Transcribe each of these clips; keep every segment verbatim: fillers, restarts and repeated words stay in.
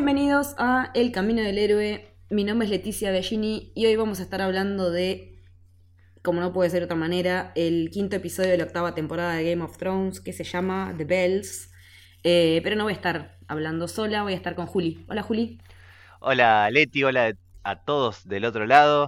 bienvenidos a El Camino del Héroe. Mi nombre es Leticia Bellini y hoy vamos a estar hablando de, como no puede ser de otra manera, el quinto episodio de la octava temporada de Game of Thrones, que se llama The Bells. Eh, pero no voy a estar hablando sola, voy a estar con Juli. Hola, Juli. Hola, Leti, hola a todos del otro lado.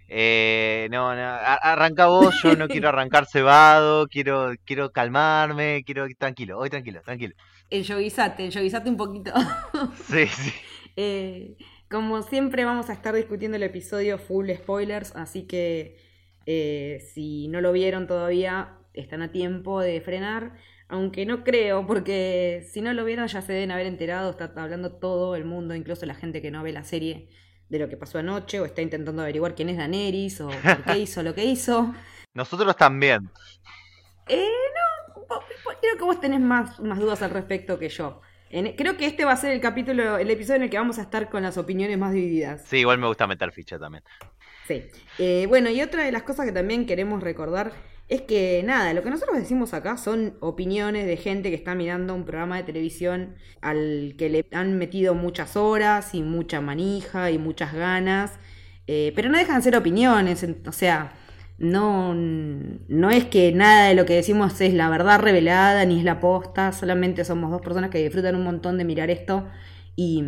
Eh, no, no, a- arranca vos, yo no quiero arrancar cebado, quiero, quiero calmarme, quiero tranquilo, hoy tranquilo, tranquilo. Enjoguizate, enjoguizate un poquito. Sí, sí. Eh, como siempre vamos a estar discutiendo el episodio full spoilers, así que eh, si no lo vieron todavía, están a tiempo de frenar, aunque no creo, porque si no lo vieron ya se deben haber enterado, está hablando todo el mundo, incluso la gente que no ve la serie, de lo que pasó anoche, o está intentando averiguar quién es Daenerys, o por qué hizo lo que hizo. Nosotros también. Eh, no, vos- vos- creo que vos tenés más, más dudas al respecto que yo. En- creo que este va a ser el capítulo, el episodio en el que vamos a estar con las opiniones más divididas. Sí, igual me gusta meter ficha también. Sí. Eh, bueno, y otra de las cosas que también queremos recordar es que nada, lo que nosotros decimos acá son opiniones de gente que está mirando un programa de televisión al que le han metido muchas horas y mucha manija y muchas ganas, eh, pero no dejan de ser opiniones, en- o sea, no, no es que nada de lo que decimos es la verdad revelada ni es la posta, solamente somos dos personas que disfrutan un montón de mirar esto y,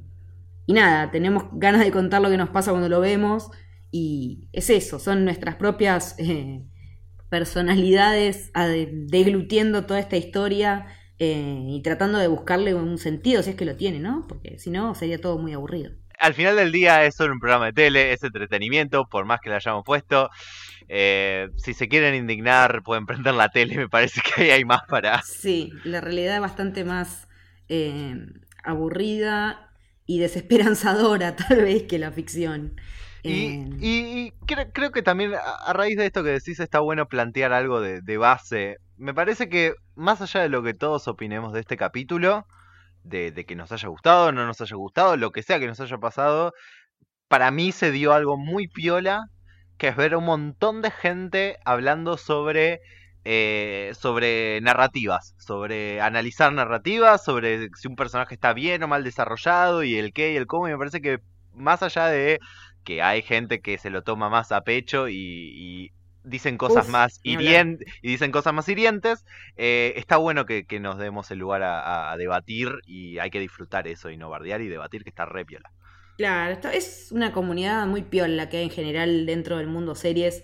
y nada, tenemos ganas de contar lo que nos pasa cuando lo vemos. Y es eso, son nuestras propias eh, personalidades ade- deglutiendo toda esta historia eh, y tratando de buscarle un sentido, si es que lo tiene, ¿no? Porque si no, sería todo muy aburrido. Al final del día es solo un programa de tele, es entretenimiento, por más que lo hayamos puesto. Eh, si se quieren indignar, pueden prender la tele, me parece que ahí hay más para... Sí, la realidad es bastante más eh, aburrida y desesperanzadora, tal vez, que la ficción. Y, Eh, y- y cre- creo que también a, a raíz de esto que decís está bueno plantear algo de, de base. Me parece que más allá de lo que todos opinemos de este capítulo, de, de que nos haya gustado, no nos haya gustado, lo que sea que nos haya pasado, para mí se dio algo muy piola, que es ver a un montón de gente hablando sobre, eh, sobre narrativas, sobre analizar narrativas, sobre si un personaje está bien o mal desarrollado y el qué y el cómo. Y me parece que más allá de que hay gente que se lo toma más a pecho y, y dicen cosas uf, más ni hablar. hirien- y dicen cosas más hirientes, eh, está bueno que, que nos demos el lugar a, a debatir y hay que disfrutar eso y no bardear y debatir, que está re piola. Claro, esto es una comunidad muy piola que hay en general dentro del mundo series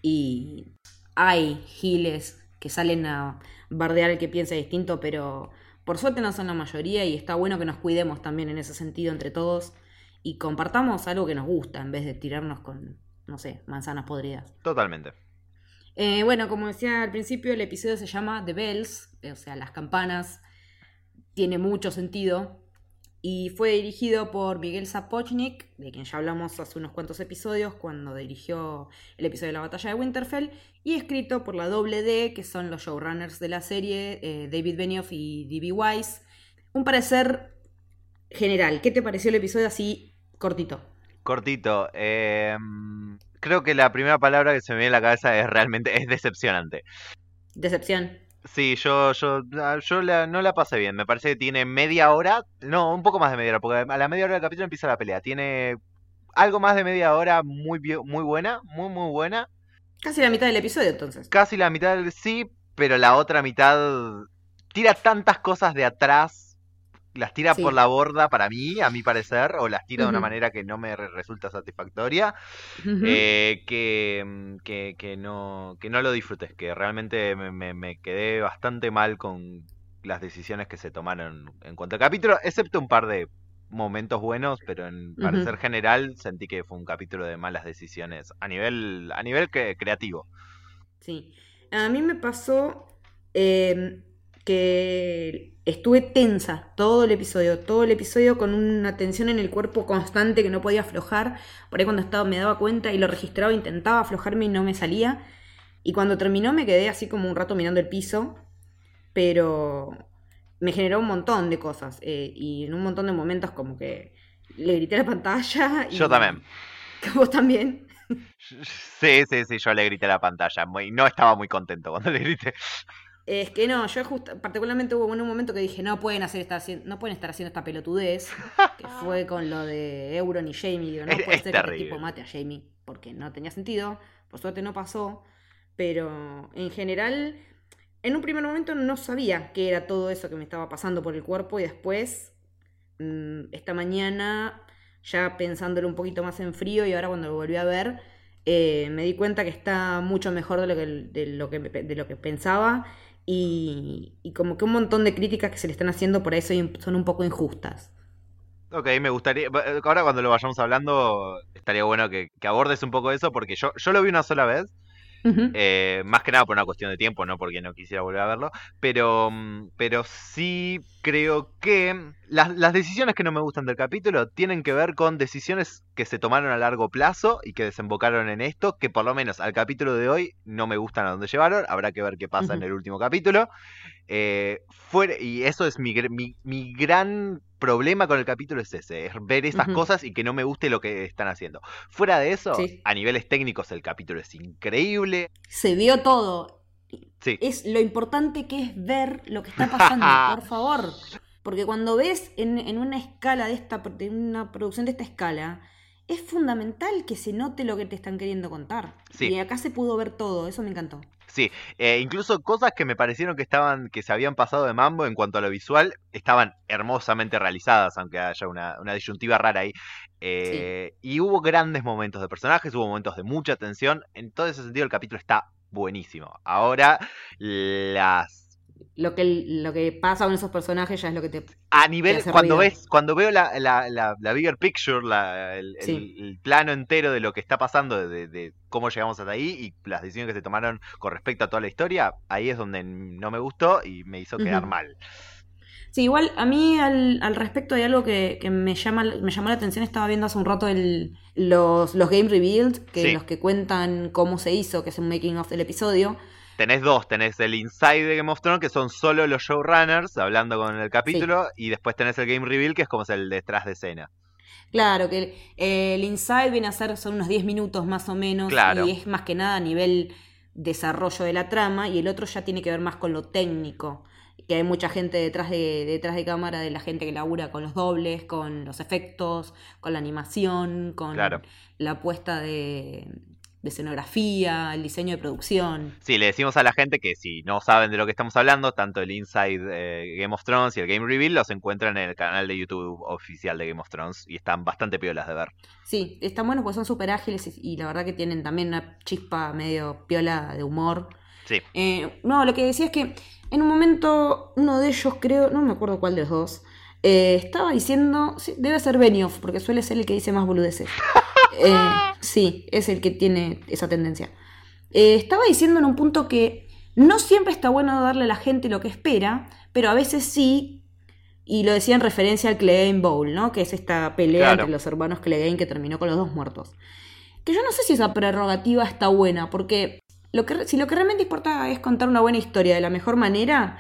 y hay giles que salen a bardear al que piensa distinto, pero por suerte no son la mayoría y está bueno que nos cuidemos también en ese sentido entre todos y compartamos algo que nos gusta en vez de tirarnos con, no sé, manzanas podridas. Totalmente. Eh, bueno, como decía al principio, el episodio se llama The Bells, eh, o sea, las campanas, tiene mucho sentido y fue dirigido por Miguel Sapochnik, de quien ya hablamos hace unos cuantos episodios cuando dirigió el episodio de la batalla de Winterfell, y escrito por la doble D, que son los showrunners de la serie, eh, David Benioff y D B. Weiss. Un parecer general, ¿qué te pareció el episodio así cortito? Cortito. eh, creo que la primera palabra que se me viene a la cabeza es realmente es decepcionante. Decepción. Sí, yo, yo, ah, yo la- no la pasé bien. Me parece que tiene media hora, no, un poco más de media hora, porque a la media hora del capítulo empieza la pelea. Tiene algo más de media hora muy, bio- muy buena, muy, muy buena. Casi la mitad del episodio entonces. Casi la mitad del sí, pero la otra mitad tira tantas cosas de atrás, las tira por Sí. la borda para mí, a mi parecer, o las tira de una Ujú. manera que no me re- resulta satisfactoria, Ujú. eh, que, mm, que, que no, que no lo disfruté, que realmente me, me- me quedé bastante mal con las decisiones que se tomaron en cuanto al capítulo, excepto un par de momentos buenos, pero en parecer Ujú. general sentí que fue un capítulo de malas decisiones a nivel, a nivel que- creativo. Sí. A mí me pasó eh, que estuve tensa todo el episodio, todo el episodio con una tensión en el cuerpo constante que no podía aflojar. Por ahí cuando estaba me daba cuenta y lo registraba, intentaba aflojarme y no me salía. Y cuando terminó me quedé así como un rato mirando el piso, pero me generó un montón de cosas. eh, y en un montón de momentos como que le grité a la pantalla Yo también. y vos también. Sí, sí, sí, yo le grité a la pantalla. Muy, no estaba muy contento cuando le grité. Es que no, yo justo, particularmente hubo en un momento que dije, no pueden hacer estar, haci- no pueden estar haciendo esta pelotudez, que fue con lo de Euron y Jaime. Digo, no Es, puede es ser que este tipo terrible. mate a Jaime, porque no tenía sentido. Por suerte no pasó. Pero en general, en un primer momento no sabía qué era todo eso que me estaba pasando por el cuerpo. Y después, mm, esta mañana, ya pensándolo un poquito más en frío y ahora cuando lo volví a ver, eh, me di cuenta que está mucho mejor de lo que, de lo que, de lo que pensaba y, y como que un montón de críticas que se le están haciendo por eso son un poco injustas. Ok, me gustaría. ba- eh, Ahora cuando lo vayamos hablando, estaría bueno que, que abordes un poco eso, porque yo, yo lo vi una sola vez. Ujú, Eh, más que nada por una cuestión de tiempo, no porque no quisiera volver a verlo. Pero, mm, pero sí creo que las, las decisiones que no me gustan del capítulo tienen que ver con decisiones que se tomaron a largo plazo y que desembocaron en esto, que por lo menos al capítulo de hoy no me gustan a dónde llevaron. Habrá que ver qué pasa en ujú, el último capítulo. Eh, fuera, y eso es mi, gr- mi, mi gran problema con el capítulo, es ese, es ver esas ujú. cosas y que no me guste lo que están haciendo. Fuera de eso, Sí. a niveles técnicos el capítulo es increíble. Se vio todo. Sí. Es lo importante que es ver lo que está pasando, por favor. Porque cuando ves en, en una escala de esta, de una producción de esta escala, es fundamental que se note lo que te están queriendo contar. Sí, Y acá se pudo ver todo, eso me encantó. sí. Eh, incluso cosas que me parecieron que estaban, que se habían pasado de mambo en cuanto a lo visual, estaban hermosamente realizadas, aunque haya una, una disyuntiva rara ahí. Sí. Eh, y hubo grandes momentos de personajes, hubo momentos de mucha tensión. En todo ese sentido, el capítulo está buenísimo. Ahora, las Lo que, lo que pasa con esos personajes ya es lo que te, a te nivel, hace cuando ruido. ves, cuando veo la, la, la, la bigger picture, la, el, el, Sí. el plano entero de lo que está pasando, de, de cómo llegamos hasta ahí y las decisiones que se tomaron con respecto a toda la historia, ahí es donde no me gustó y me hizo quedar Ujú. mal. Sí, igual a mí al, al respecto hay algo que, que me llama, me llamó la atención. Estaba viendo hace un rato el, los, los Game Revealed, que Sí, los que cuentan cómo se hizo, que es un making of del episodio. tenés dos, tenés el Inside de Game of Thrones, que son solo los showrunners hablando con el Sí, capítulo, y después tenés el Game Reveal, que es como es el detrás de escena. claro, que el, el Inside viene a ser, son unos diez minutos más o menos, y Claro, es más que nada a nivel desarrollo de la trama, y el otro ya tiene que ver más con lo técnico, que hay mucha gente detrás de, detrás de cámara, de la gente que labura con los dobles, con los efectos, con la animación, con claro. la puesta de, de escenografía, el diseño de producción. Sí, le decimos a la gente que si no saben de lo que estamos hablando, tanto el Inside eh, Game of Thrones y el Game Reveal los encuentran en el canal de YouTube oficial de Game of Thrones y están bastante piolas de ver. Sí, están buenos porque son súper ágiles y, y la verdad que tienen también una chispa medio piola de humor. Sí, Eh, no, lo que decía es que en un momento uno de ellos, creo, no me acuerdo cuál de los dos, eh, estaba diciendo, sí, debe ser Benioff, porque suele ser el que dice más boludeces. Eh, sí, es el que tiene esa tendencia. Eh, estaba diciendo en un punto que no siempre está bueno darle a la gente lo que espera, pero a veces sí, y lo decía en referencia al Clegane Bowl, ¿no? Que es esta pelea entre claro. los hermanos Clegane que terminó con los dos muertos. Que yo no sé si esa prerrogativa está buena, porque lo que, si lo que realmente importa es contar una buena historia de la mejor manera,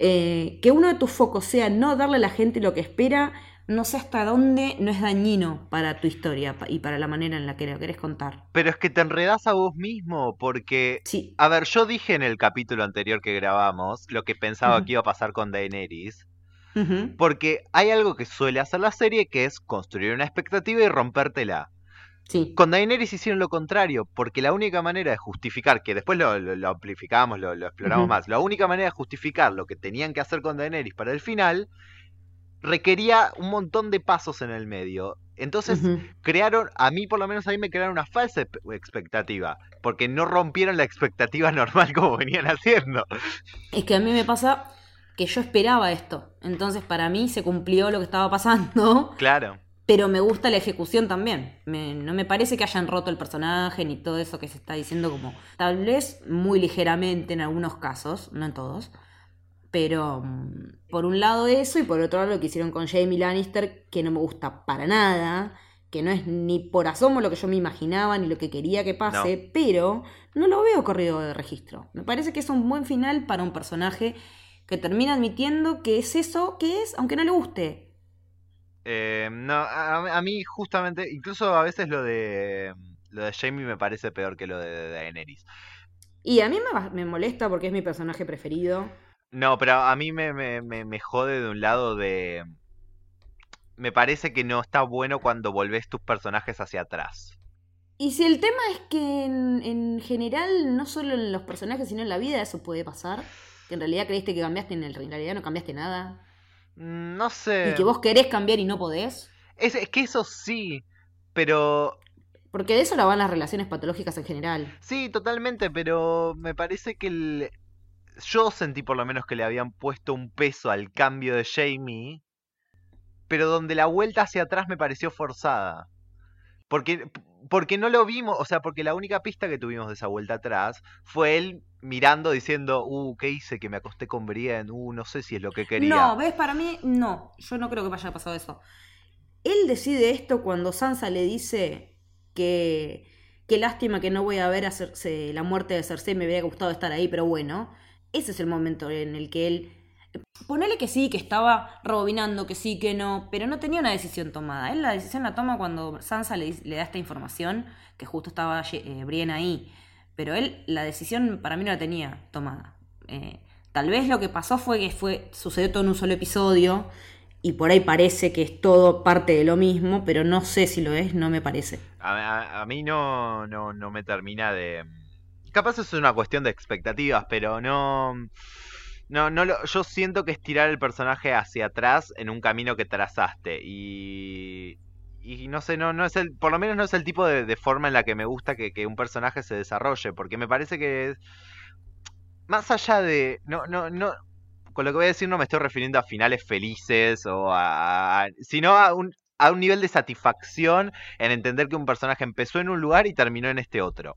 eh, que uno de tus focos sea no darle a la gente lo que espera, no sé hasta dónde no es dañino para tu historia y para la manera en la que la querés contar. Pero es que te enredás a vos mismo porque, Sí. a ver, yo dije en el capítulo anterior que grabamos lo que pensaba Ujú. que iba a pasar con Daenerys. Ujú. Porque hay algo que suele hacer la serie que es construir una expectativa y rompértela. Sí. Con Daenerys hicieron lo contrario, porque la única manera de justificar, que después lo, lo, lo amplificamos, lo, lo exploramos Ujú. más, la única manera de justificar lo que tenían que hacer con Daenerys para el final requería un montón de pasos en el medio. Entonces Ujú. crearon, a mí por lo menos a mí me crearon una falsa expectativa, porque no rompieron la expectativa normal como venían haciendo. Es que a mí me pasa que yo esperaba esto. Entonces para mí se cumplió lo que estaba pasando. Claro. Pero me gusta la ejecución también. Me- no me parece que hayan roto el personaje ni todo eso que se está diciendo como tal vez muy ligeramente en algunos casos, no en todos. Pero mm, por un lado eso y por otro lado lo que hicieron con Jaime Lannister, que no me gusta para nada, que no es ni por asomo lo que yo me imaginaba ni lo que quería que No. pase, pero no lo veo corrido de registro. Me parece que es un buen final para un personaje que termina admitiendo que es eso que es, aunque no le guste. Eh, no, a, a mí justamente, incluso a veces lo de lo de Jamie me parece peor que lo de Daenerys. Y a mí me, me molesta porque es mi personaje preferido. No, pero a mí me, me, me, me jode de un lado de... Me parece que no está bueno cuando volvés tus personajes hacia atrás. Y si el tema es que en, en general, no solo en los personajes, sino en la vida, eso puede pasar. Que en realidad creíste que cambiaste, en, el, en realidad no cambiaste nada. Mm, No Y sé. que vos querés cambiar y no podés. Es, es que eso sí, pero... Porque de eso la van las relaciones patológicas en general. Sí, totalmente, pero me parece que el... Yo sentí por lo menos que le habían puesto un peso al cambio de Jamie, pero donde la vuelta hacia atrás me pareció forzada. Porque, porque no lo vimos, o sea, porque la única pista que tuvimos de esa vuelta atrás fue él mirando diciendo, uh, ¿qué hice? Que me acosté con Brienne, uh, no sé si es lo que quería. No, ¿ves? Para mí, no. Yo no creo que haya pasado eso. Él decide esto cuando Sansa le dice que qué lástima que no voy a ver a Cersei, la muerte de Cersei, me hubiera gustado estar ahí, pero bueno, ese es el momento en el que él... Ponele que sí, que estaba rebobinando, que sí, que no, pero no tenía una decisión tomada. Él la decisión la toma cuando Sansa le, le da esta información, que justo estaba eh, Brienne ahí. Pero él la decisión para mí no la tenía tomada. Eh, tal vez lo que pasó fue que fue, sucedió todo en un solo episodio y por ahí parece que es todo parte de lo mismo, pero no sé si lo es, no me parece. A, a- a mí no, no, no me termina de... Capaz es una cuestión de expectativas, pero no... No, no lo, yo siento que es tirar el personaje hacia atrás en un camino que trazaste. Y... Y no sé, no, no es el, por lo menos no es el tipo de, de forma en la que me gusta que, que un personaje se desarrolle. Porque me parece que más allá de... No, no, no. Con lo que voy a decir no me estoy refiriendo a finales felices o a... a- sino a un, a un nivel de satisfacción en entender que un personaje empezó en un lugar y terminó en este otro.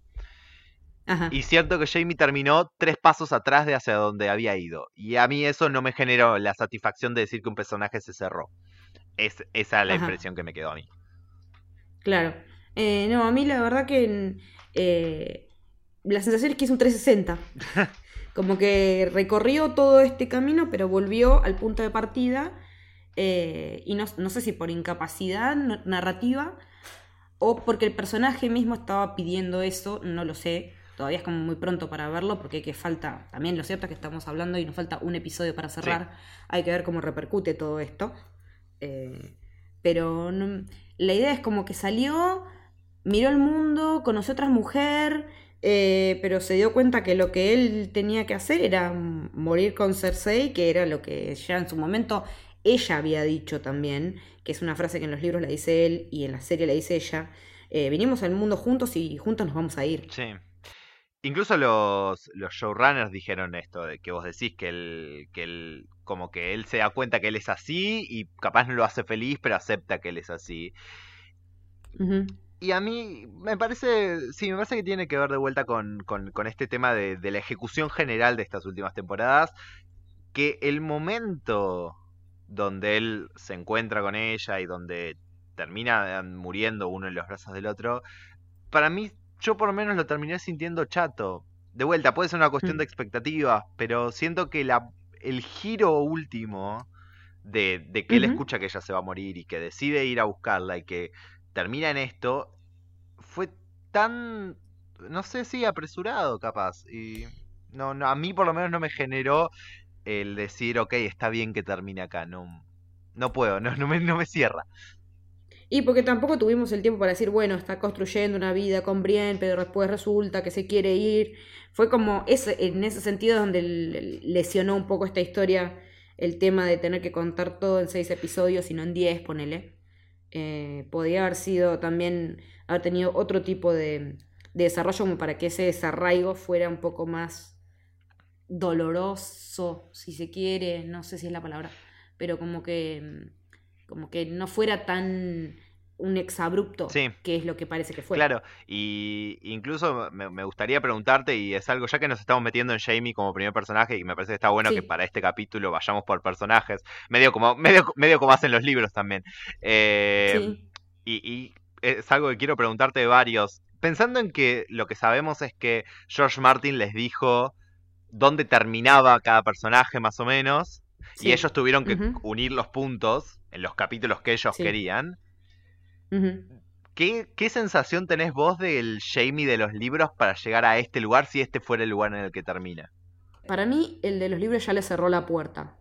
Ajá, Y cierto que Jamie terminó tres pasos atrás de hacia donde había ido. Y a mí eso no me generó la satisfacción de decir que un personaje se cerró. Es, esa es la ajá, impresión que me quedó a mí. claro. Eh, no, a mí la verdad que eh, la sensación es que hizo un trescientos sesenta. Como que recorrió todo este camino, pero volvió al punto de partida. eh, y no, no sé si por incapacidad no- narrativa o porque el personaje mismo estaba pidiendo eso, no lo sé. Todavía es como muy pronto para verlo, porque hay que falta, también lo cierto es que estamos hablando y nos falta un episodio para Sí. cerrar. Hay que ver cómo repercute todo esto. Eh, pero no- la idea es como que salió, miró el mundo, conoció a otra mujer, eh, pero se dio cuenta que lo que él tenía que hacer era morir con Cersei, que era lo que ya en su momento ella había dicho también, que es una frase que en los libros la dice él y en la serie la dice ella. Eh, vinimos al mundo juntos y juntos nos vamos a ir. Sí. Incluso los, los showrunners dijeron esto, de que vos decís que él, que él, como que él se da cuenta que él es así y capaz no lo hace feliz, pero acepta que él es así. Ujú, Y a mí me parece, sí, me parece que tiene que ver de vuelta con, con, con este tema de, de la ejecución general de estas últimas temporadas, que el momento donde él se encuentra con ella y donde termina eh, muriendo uno en los brazos del otro, para mí, yo por lo menos lo terminé sintiendo chato. De vuelta, puede ser una cuestión de mm, expectativas, pero siento que la, el giro último de, de que él ujú. escucha que ella se va a morir y que decide ir a buscarla y que termina en esto, fue tan, no sé si apresurado capaz. Y no, no, a mí por lo menos no me generó el decir, ok, está bien que termine acá. No, no puedo, no, no me, no me cierra. Y porque tampoco tuvimos el tiempo para decir, bueno, está construyendo una vida con Brienne, pero después resulta que se quiere ir. Fue como ese, en ese sentido donde l- lesionó un poco esta historia el tema de tener que contar todo en seis episodios y no en diez, ponele. Eh, podía haber sido también, haber tenido otro tipo de, de desarrollo como para que ese desarraigo fuera un poco más doloroso, si se quiere, no sé si es la palabra, pero como que, mm, como que no fuera tan un exabrupto, Sí, que es lo que parece que fue. claro, y incluso me, me gustaría preguntarte, y es algo ya que nos estamos metiendo en Jamie como primer personaje, y me parece que está bueno que Sí, para este capítulo vayamos por personajes, medio como, medio, medio como hacen los libros también. Eh, sí. y, y es algo que quiero preguntarte de varios. Pensando en que lo que sabemos es que George Martin les dijo dónde terminaba cada personaje más o menos, y ellos Sí. tuvieron que Ujú, unir los puntos en los capítulos que ellos sí. querían. Ujú. ¿Qué, ¿Qué sensación tenés vos del Jaime de los libros para llegar a este lugar si este fuera el lugar en el que termina? Para mí, el de los libros ya le cerró la puerta.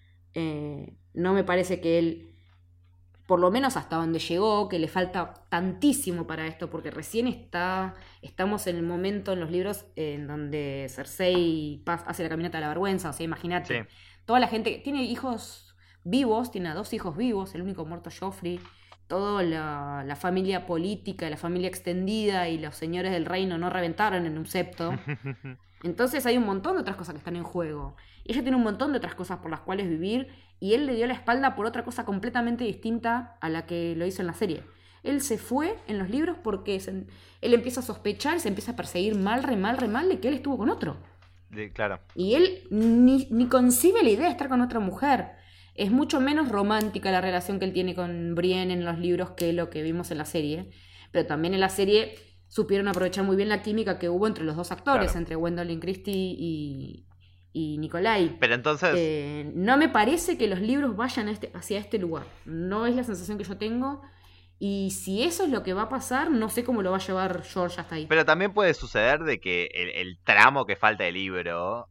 Eh, no me parece que él, por lo menos hasta donde llegó, que le falta tantísimo para esto, porque recién está, estamos en el momento en los libros en donde Cersei pasa, hace la caminata de la vergüenza, o sea, imagínate, Sí. toda la gente, tiene hijos vivos, tiene a dos hijos vivos, el único muerto Joffrey, toda la, la familia política, la familia extendida y los señores del reino no reventaron en un septo. Entonces hay un montón de otras cosas que están en juego. Y ella tiene un montón de otras cosas por las cuales vivir. Y él le dio la espalda por otra cosa completamente distinta a la que lo hizo en la serie. Él se fue en los libros porque se, él empieza a sospechar, se empieza a perseguir mal, re mal, re mal de que él estuvo con otro. Sí, claro. Y él ni, ni concibe la idea de estar con otra mujer. Es mucho menos romántica la relación que él tiene con Brienne en los libros que lo que vimos en la serie. Pero también en la serie supieron aprovechar muy bien la química que hubo entre los dos actores, Claro. entre Gwendolyn Christie y, y Nicolai. Pero entonces, Eh, no me parece que los libros vayan a este, hacia este lugar. No es la sensación que yo tengo. Y si eso es lo que va a pasar, no sé cómo lo va a llevar George hasta ahí. pero también puede suceder de que el, el tramo que falta del libro,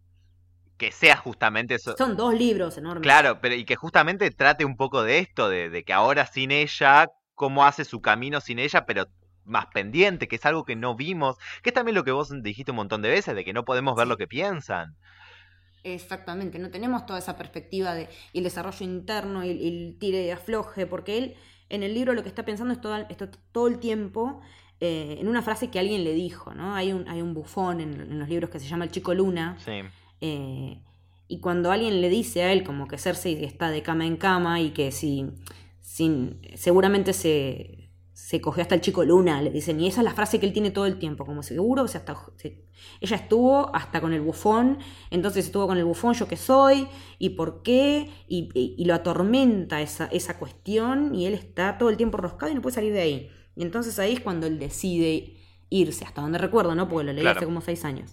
que sea justamente eso. Son dos libros enormes. Claro, pero y que justamente trate un poco de esto, de, de que ahora sin ella, cómo hace su camino sin ella, pero más pendiente, que es algo que no vimos, que es también lo que vos dijiste un montón de veces, de que no podemos ver Sí. lo que piensan. Exactamente, no tenemos toda esa perspectiva de y el desarrollo interno y, y el tire y afloje, porque él en el libro lo que está pensando es todo, está todo el tiempo eh, en una frase que alguien le dijo, ¿no? Hay un, hay un bufón en, en los libros que se llama el Chico Luna, Sí, eh, y cuando alguien le dice a él como que Cersei está de cama en cama y que si, si seguramente se, se cogió hasta el Chico Luna, le dicen, y esa es la frase que él tiene todo el tiempo, como seguro, o sea, hasta, se, ella estuvo hasta con el bufón, entonces estuvo con el bufón, yo que soy, y por qué, y, y, y lo atormenta esa, esa cuestión, y él está todo el tiempo roscado y no puede salir de ahí. Y entonces ahí es cuando él decide irse, hasta donde recuerdo, ¿no? Porque lo leí claro. hace como seis años.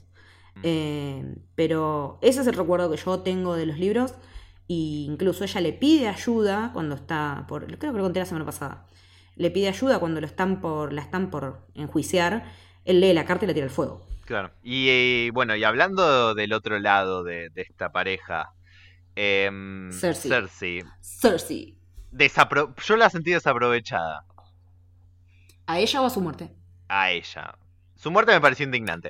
Eh, pero ese es el recuerdo que yo tengo de los libros. Y incluso ella le pide ayuda cuando está por, creo que lo conté la semana pasada, le pide ayuda cuando lo están por, la están por enjuiciar. Él lee la carta y la tira al fuego. Claro. Y eh, bueno, y hablando del otro lado de, de esta pareja, em, Cersei. Cersei, Cersei. desapro- yo la sentí desaprovechada ¿A ella o a su muerte? a ella. Su muerte me pareció indignante.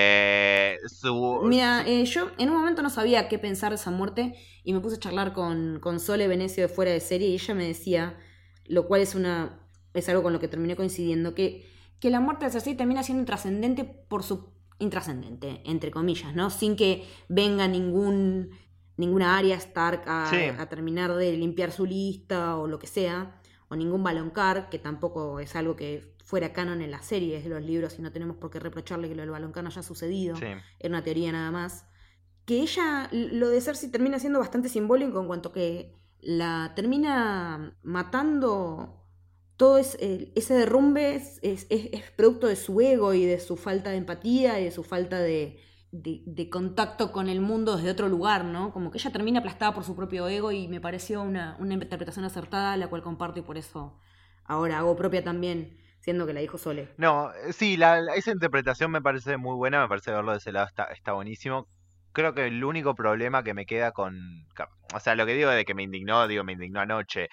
Eh, su, Mira, su- eh, yo en un momento no sabía qué pensar de esa muerte y me puse a charlar con, con Sole Venecio de Fuera de Serie y ella me decía, lo cual es una es algo con lo que terminé coincidiendo, que, que la muerte de Cersei termina siendo intrascendente por su... intrascendente, entre comillas, ¿no? Sin que venga ningún ninguna Arya Stark a, Sí. a terminar de limpiar su lista o lo que sea, o ningún Baloncar, que tampoco es algo que fuera canon en las series de los libros y no tenemos por qué reprocharle que lo del Baloncar no haya sucedido. sí. Era una teoría nada más. Que ella, lo de Cersei termina siendo bastante simbólico en cuanto que la termina matando. Todo es, eh, ese derrumbe es, es, es producto de su ego y de su falta de empatía y de su falta de, de, de contacto con el mundo desde otro lugar, ¿no? Como que ella termina aplastada por su propio ego y me pareció una, una interpretación acertada, la cual comparto y por eso ahora hago propia también, siendo que la dijo Sole. No, eh, sí, la, la- esa interpretación me parece muy buena, me parece verlo de ese lado está, está buenísimo. Creo que el único problema que me queda con... ca- O sea, lo que digo de que me indignó, digo, me indignó anoche.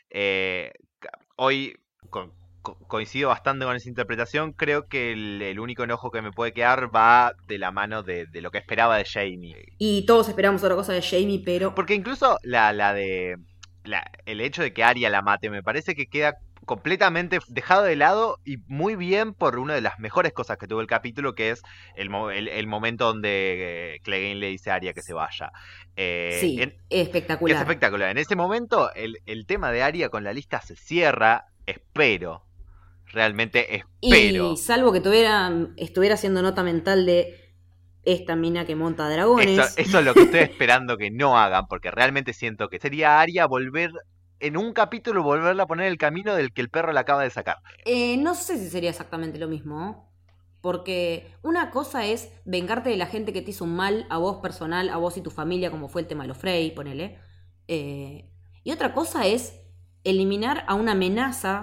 Eh, ca- hoy co- co- coincido bastante con esa interpretación. Creo que el, el único enojo que me puede quedar va de la mano de, de lo que esperaba de Jaime. Y todos esperamos otra cosa de Jaime, pero... Porque incluso la, la de... La, el hecho de que Arya la mate me parece que queda completamente dejado de lado y muy bien por una de las mejores cosas que tuvo el capítulo, que es el, mo- el, el momento donde eh, Clegane le dice a Arya que se vaya. Eh, Sí, en- espectacular. es espectacular. En ese momento el, el tema de Arya con la lista se cierra. Espero. Realmente espero. Y salvo que tuviera, estuviera haciendo nota mental de esta mina que monta dragones. Eso, eso es lo que estoy esperando que no hagan, porque realmente siento que sería Arya volver, en un capítulo, volverla a poner el camino del que el perro la acaba de sacar. Eh, no sé si sería exactamente lo mismo, ¿no? Porque una cosa es vengarte de la gente que te hizo un mal a vos personal, a vos y tu familia, como fue el tema de los Frey, ponele. Eh, y otra cosa es eliminar a una amenaza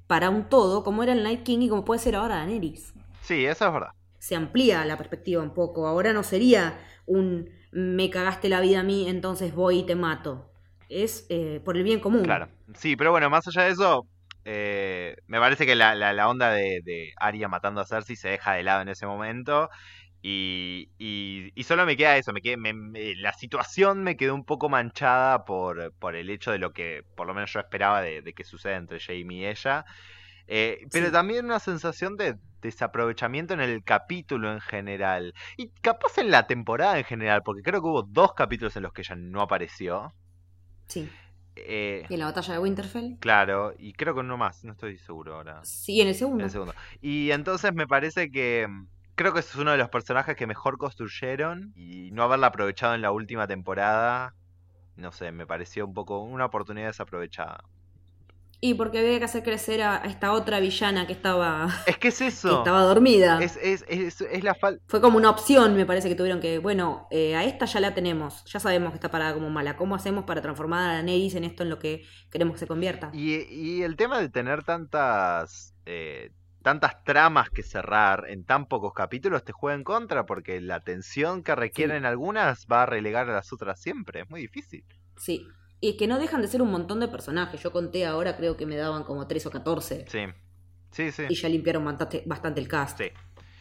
para un todo, como era el Night King y como puede ser ahora Daenerys. Sí, eso es verdad. Se amplía la perspectiva un poco. Ahora no sería un me cagaste la vida a mí, entonces voy y te mato. Es eh, por el bien común. Claro. Sí, pero bueno, más allá de eso, eh, me parece que la, la, la onda de, de Arya matando a Cersei se deja de lado en ese momento. Y, y, y solo me queda eso, me quedé, me, me- la situación me quedó un poco manchada por, por el hecho de lo que por lo menos yo esperaba de, de que suceda entre Jaime y ella. Eh, pero Sí. también una sensación de desaprovechamiento en el capítulo en general. Y capaz en la temporada en general, porque creo que hubo dos capítulos en los que ella no apareció. Sí. Eh, ¿Y en la batalla de Winterfell? claro, y creo que no más, no estoy seguro ahora. Sí, en el En segundo. el segundo. Y entonces me parece que mm, creo que es uno de los personajes que mejor construyeron y no haberla aprovechado en la última temporada, no sé, me pareció un poco una oportunidad desaprovechada. Y porque había que hacer crecer a esta otra villana que estaba, Es que es que eso. estaba dormida. Es, es, es, es la falta. Fue como una opción, me parece que tuvieron que, bueno, eh, a esta ya la tenemos, ya sabemos que está parada como mala. ¿Cómo hacemos para transformar a Daenerys en esto en lo que queremos que se convierta? Y, y el tema de tener tantas eh, tantas tramas que cerrar en tan pocos capítulos te juega en contra porque la tensión que requieren Sí, algunas va a relegar a las otras siempre. Es muy difícil. sí. Y que no dejan de ser un montón de personajes. Yo conté ahora, creo que me daban como tres o catorce. Sí, sí, sí, Y ya limpiaron bastante, bastante el cast. sí.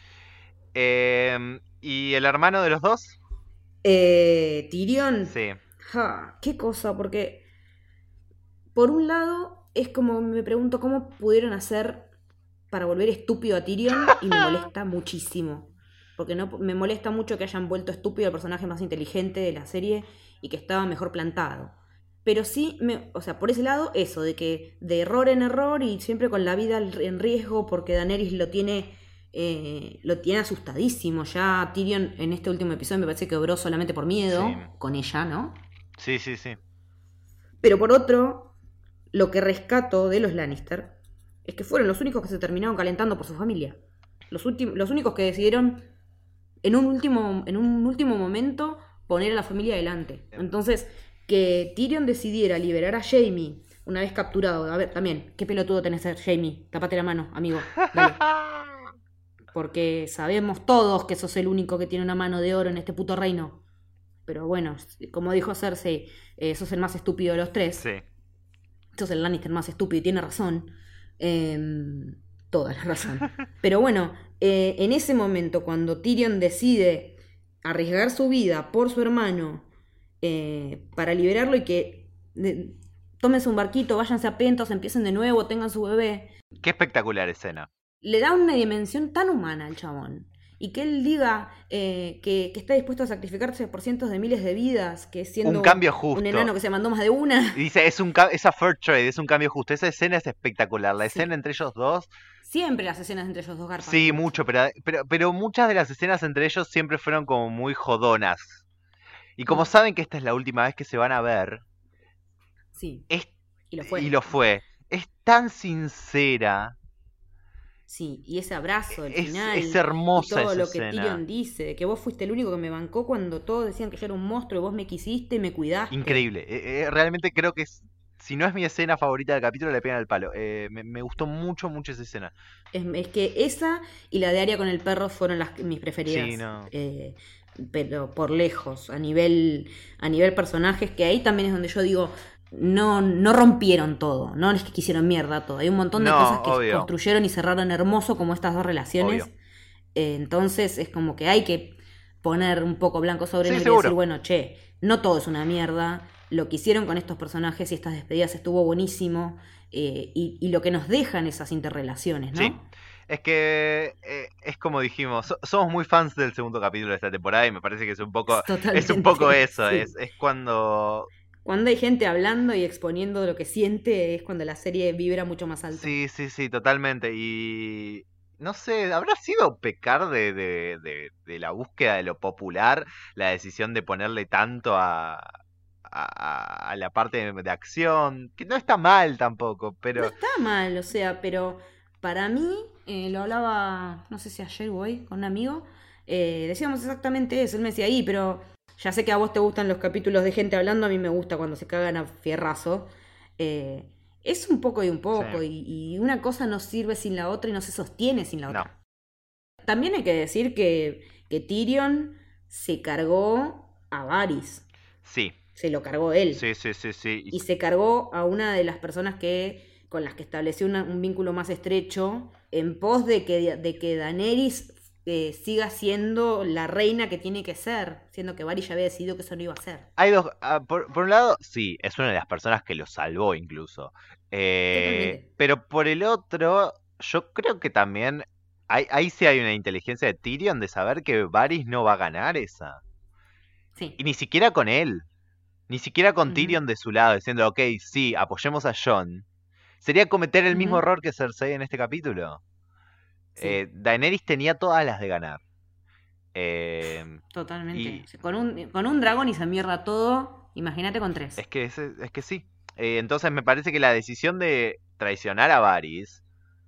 Em, ¿y el hermano de los dos? Eh, Tyrion, Sí. ja, qué cosa, porque por un lado es como me pregunto cómo pudieron hacer para volver estúpido a Tyrion y me molesta muchísimo. Porque no, me molesta mucho que hayan vuelto estúpido al personaje más inteligente de la serie y que estaba mejor plantado. Pero sí, me, o sea, por ese lado, eso, de que de error en error y siempre con la vida en riesgo porque Daenerys lo tiene, eh, lo tiene asustadísimo. Ya Tyrion en este último episodio me parece que obró solamente por miedo Sí. con ella, ¿no? Sí, sí, sí. Pero por otro, lo que rescato de los Lannister es que fueron los únicos que se terminaron calentando por su familia. Los, últimos, los únicos que decidieron en un último, en un último momento poner a la familia adelante. Entonces, que Tyrion decidiera liberar a Jaime una vez capturado. A ver, también, qué pelotudo tenés que ser, Jaime. Tapate la mano, amigo. Dale. Porque sabemos todos que sos el único que tiene una mano de oro en este puto reino. Pero bueno, como dijo Cersei, eh, sos el más estúpido de los tres. Sí. Sos el Lannister más estúpido y tiene razón. Eh, toda la razón. Pero bueno, eh, en ese momento, cuando Tyrion decide arriesgar su vida por su hermano eh, para liberarlo y que de, tómense un barquito, váyanse a Pentos, empiecen de nuevo, tengan su bebé, Qué espectacular escena. le da una dimensión tan humana al chabón. Y que él diga eh, que, que está dispuesto a sacrificarse por cientos de miles de vidas, que siendo Un cambio justo. un enano que se mandó más de una. Y dice, es un ca- esa fair trade, es un cambio justo. Esa escena es espectacular. La Sí. escena entre ellos dos. Siempre las escenas entre ellos dos garpan. Sí, mucho, pero, pero, pero muchas de las escenas entre ellos siempre fueron como muy jodonas. Y como Mm. saben que esta es la última vez que se van a ver, Sí, es, y lo fue. y lo fue, es tan sincera. Sí, y ese abrazo del Es, final. es hermosa y todo esa lo que escena. Tyrion dice, que vos fuiste el único que me bancó cuando todos decían que yo era un monstruo y vos me quisiste y me cuidaste. Increíble. Eh, eh, realmente creo que es, si no es mi escena favorita del capítulo, le pegan al palo. Eh, me, me gustó mucho, mucho esa escena. Es, es que esa y la de Arya con el perro fueron las mis preferidas. Sí, no. Eh, pero por lejos, a nivel, a nivel personajes, que ahí también es donde yo digo, no, no rompieron todo, no es que quisieron mierda todo. Hay un montón de No, cosas que obvio. construyeron y cerraron hermoso como estas dos relaciones. Obvio. Eh, entonces es como que hay que poner un poco blanco sobre Sí, negro y seguro. decir, bueno, che, no todo es una mierda. Lo que hicieron con estos personajes y estas despedidas estuvo buenísimo. eh, y, y lo que nos dejan esas interrelaciones, ¿no? Sí. Es que eh, es como dijimos, so- somos muy fans del segundo capítulo de esta temporada y me parece que es un poco, Totalmente, es un poco eso, sí. es, es cuando Cuando hay gente hablando y exponiendo lo que siente, es cuando la serie vibra mucho más alto. sí, sí, sí, totalmente. Y no sé, ¿habrá sido pecar de, de, de, de la búsqueda de lo popular la decisión de ponerle tanto a, a, a la parte de, de acción? Que no está mal tampoco, No pero está mal, o sea, pero para mí, eh, lo hablaba, no sé si ayer o hoy, con un amigo, eh, decíamos exactamente eso. Él me decía, ahí, pero ya sé que a vos te gustan los capítulos de gente hablando, a mí me gusta cuando se cagan a fierrazo. Eh, es un poco y un poco, Sí. y, y una cosa no sirve sin la otra y no se sostiene sin la No. otra. También hay que decir que, que Tyrion se cargó a Varys, Sí. se lo cargó él. Sí, sí, sí, sí. Y se cargó a una de las personas que con las que estableció una, un vínculo más estrecho en pos de que, de que Daenerys eh, siga siendo la reina que tiene que ser, siendo que Varys ya había decidido que eso no iba a ser. Hay dos. ah, por, por un lado, sí, es una de las personas que lo salvó incluso. Eh, Totalmente. pero por el otro, yo creo que también. Hay, ahí sí hay una inteligencia de Tyrion de saber que Varys no va a ganar esa. Sí. Y ni siquiera con él. Ni siquiera con Ujú. Tyrion de su lado, diciendo, ok, sí, apoyemos a Jon. Sería cometer el mismo Ujú. error que Cersei en este capítulo. Sí, Eh, Daenerys tenía todas las de ganar. Eh, totalmente. y O sea, con, un, con un dragón y se mierda todo, imagínate con tres. es que, es, es que sí. Eh, entonces me parece que la decisión de traicionar a Varys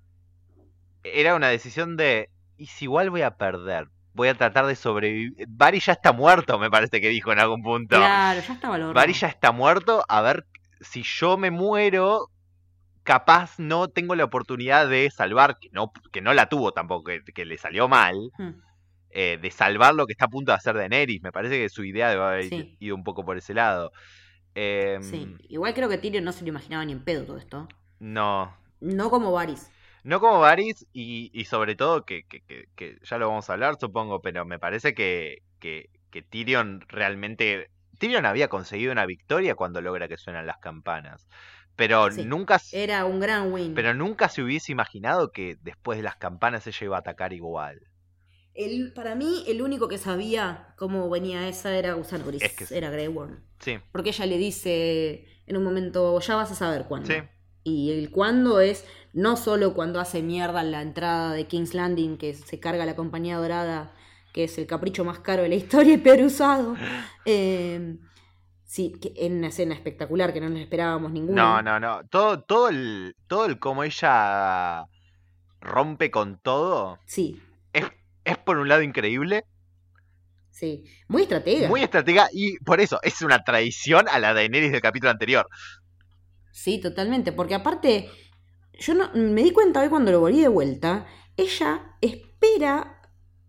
era una decisión de, ¿y si igual voy a perder? Voy a tratar de sobrevivir. Varys ya está muerto, me parece que dijo en algún punto. Claro, ya estaba al horno. Varys ya está muerto, a ver si yo me muero, capaz no tengo la oportunidad de salvar, que no, que no la tuvo tampoco, que, que le salió mal, Hmm. eh, de salvar lo que está a punto de hacer Daenerys. Me parece que su idea debe haber Sí. ido un poco por ese lado. Eh, Sí, igual creo que Tyrion no se lo imaginaba ni en pedo todo esto. no, No como Varys. no como Varys y, y sobre todo que, que, que, que ya lo vamos a hablar supongo, pero me parece que, que, que Tyrion realmente... Tyrion había conseguido una victoria cuando logra que suenan las campanas. Pero Sí, nunca, era un gran win. pero nunca se hubiese imaginado que después de las campanas ella iba a atacar igual. El, para mí, el único que sabía cómo venía esa era Usanores, Es que sí. era Grey Worm. Sí, Porque ella le dice en un momento, ya vas a saber cuándo. sí. Y el cuándo es no solo cuando hace mierda la entrada de King's Landing, que se carga la compañía dorada, que es el capricho más caro de la historia y peor usado. Eh, sí, que en una escena espectacular que no nos esperábamos ninguno. No, no, no. Todo, todo el, todo el cómo ella rompe con todo Sí, es, es por un lado increíble, sí. Muy estratega. muy estratega y por eso es una traición a la Daenerys del capítulo anterior. Sí, totalmente. Porque aparte, yo no me di cuenta hoy cuando lo volví de vuelta, ella espera,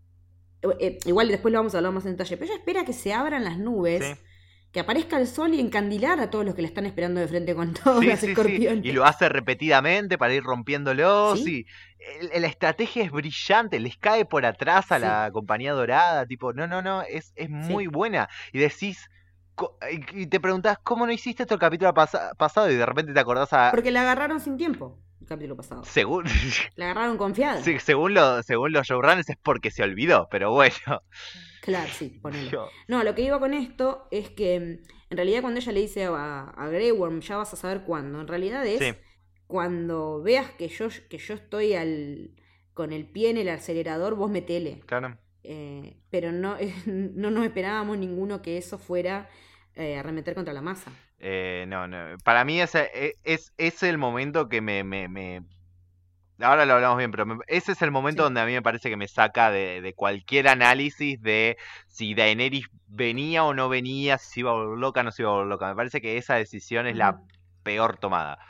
eh, igual después lo vamos a hablar más en detalle, pero ella espera que se abran las nubes, Sí. que aparezca el sol y encandilar a todos los que le están esperando de frente con todos Sí, los sí, sí. escorpiones. Y lo hace repetidamente para ir rompiéndolo. ¿Sí? Sí. El- la estrategia es brillante. Les cae por atrás a Sí. la compañía dorada. Tipo, no, no, no. Es, es muy Sí. buena. Y decís. co- Y te preguntás, ¿cómo no hiciste esto el capítulo pasa- pasado? Y de repente te acordás a. Porque la agarraron sin tiempo, el capítulo pasado. Según, La agarraron confiada. sí, según, lo, según los showrunners es porque se olvidó. Pero bueno. Claro, sí, ponele. Yo- No, lo que iba con esto es que mm, en realidad cuando ella le dice a, a Grey Worm, ya vas a saber cuándo, en realidad es Sí. cuando veas que yo, que yo estoy al, con el pie en el acelerador, vos metele. Claro. Eh, pero no, no nos esperábamos ninguno que eso fuera eh, arremeter contra la masa. Eh, no, no. Para mí ese e- es, es el momento que me, me, me- Ahora lo hablamos bien, pero me- ese es el momento Sí. donde a mí me parece que me saca de, de cualquier análisis de si Daenerys venía o no venía, si se iba a volver loca o no se iba a volver loca. Me parece que esa decisión es la Ujú. peor tomada.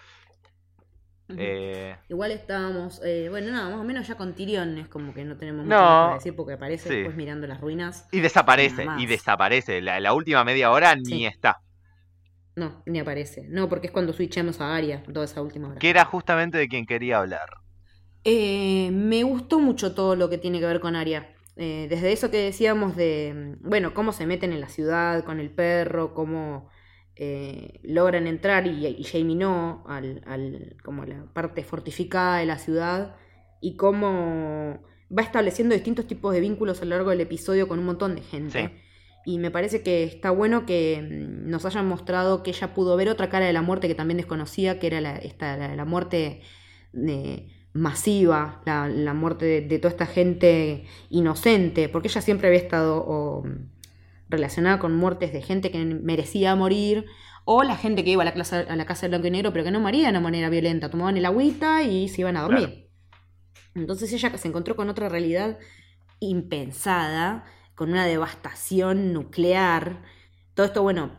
Ujú. Eh, Igual estábamos, eh, bueno, nada, más o menos ya con Tyrion es como que no tenemos mucho No. más para decir porque aparece Sí. después mirando las ruinas. y desaparece, Nada y más. desaparece. La, la última media hora ni Sí. está. No, ni aparece. No, porque es cuando switchamos a Arya, toda esa última hora. Que era justamente de quien quería hablar. Eh, me gustó mucho todo lo que tiene que ver con Arya. Eh, desde eso que decíamos de, mm, bueno, cómo se meten en la ciudad con el perro, cómo eh, logran entrar y, y Jaime no, al, al, como a la parte fortificada de la ciudad, y cómo va estableciendo distintos tipos de vínculos a lo largo del episodio con un montón de gente. Sí. Y me parece que está bueno que mm, nos hayan mostrado que ella pudo ver otra cara de la muerte que también desconocía, que era la, esta, la, la muerte eh, masiva, la, la muerte de, de toda esta gente inocente, porque ella siempre había estado o, relacionada con muertes de gente que merecía morir, o la gente que iba a la, clase, a la casa de blanco y negro, pero que no moría de una manera violenta, tomaban el agüita y se iban a dormir. Claro. Entonces ella se encontró con otra realidad impensada, con una devastación nuclear. Todo esto, bueno,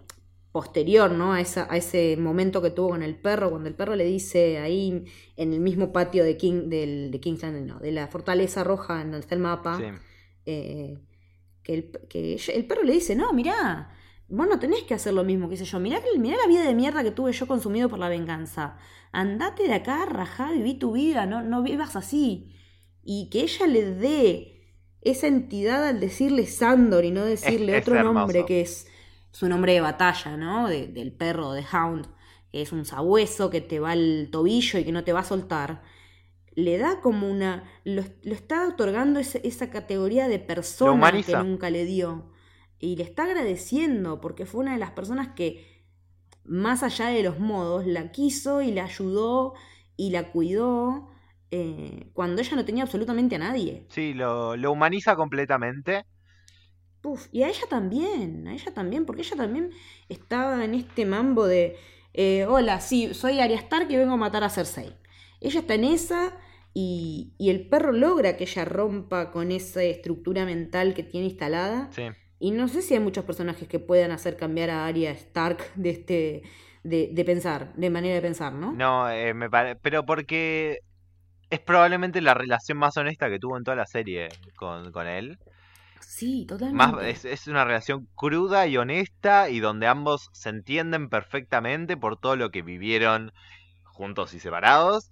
posterior, ¿no? A, esa, a ese momento que tuvo con el perro, cuando el perro le dice ahí en el mismo patio de, King, del, de Kingsland, no, de la Fortaleza Roja, en donde está el mapa, Sí. eh, que, el, que ella- el perro le dice, no, mirá, vos no tenés que hacer lo mismo, qué sé yo, mirá, que- mirá la vida de mierda que tuve yo consumido por la venganza, andate de acá, rajá, viví tu vida, no, no vivas así, y que ella le dé esa entidad al decirle Sandor y no Es, decirle es otro nombre hermoso. que es su nombre de batalla, ¿no? De- del perro, de Hound, que es un sabueso que te va al tobillo y que no te va a soltar, le da como una... Lo, lo está otorgando ese- esa categoría de Lo persona que humaniza. nunca le dio. Y le está agradeciendo porque fue una de las personas que, más allá de los modos, la quiso y la ayudó y la cuidó eh, cuando ella no tenía absolutamente a nadie. Sí, lo, lo humaniza completamente. Puf, y a ella también, a ella también, porque ella también estaba en este mambo de, eh, hola, sí, soy Arya Stark y vengo a matar a Cersei. Ella está en esa y, y el perro logra que ella rompa con esa estructura mental que tiene instalada. Sí. Y no sé si hay muchos personajes que puedan hacer cambiar a Arya Stark de este, de, de pensar, de manera de pensar, ¿no? No, eh, me pare... pero porque es probablemente la relación más honesta que tuvo en toda la serie con, con él. Sí, Más, totalmente. es, es una relación cruda y honesta y donde ambos se entienden perfectamente por todo lo que vivieron juntos y separados.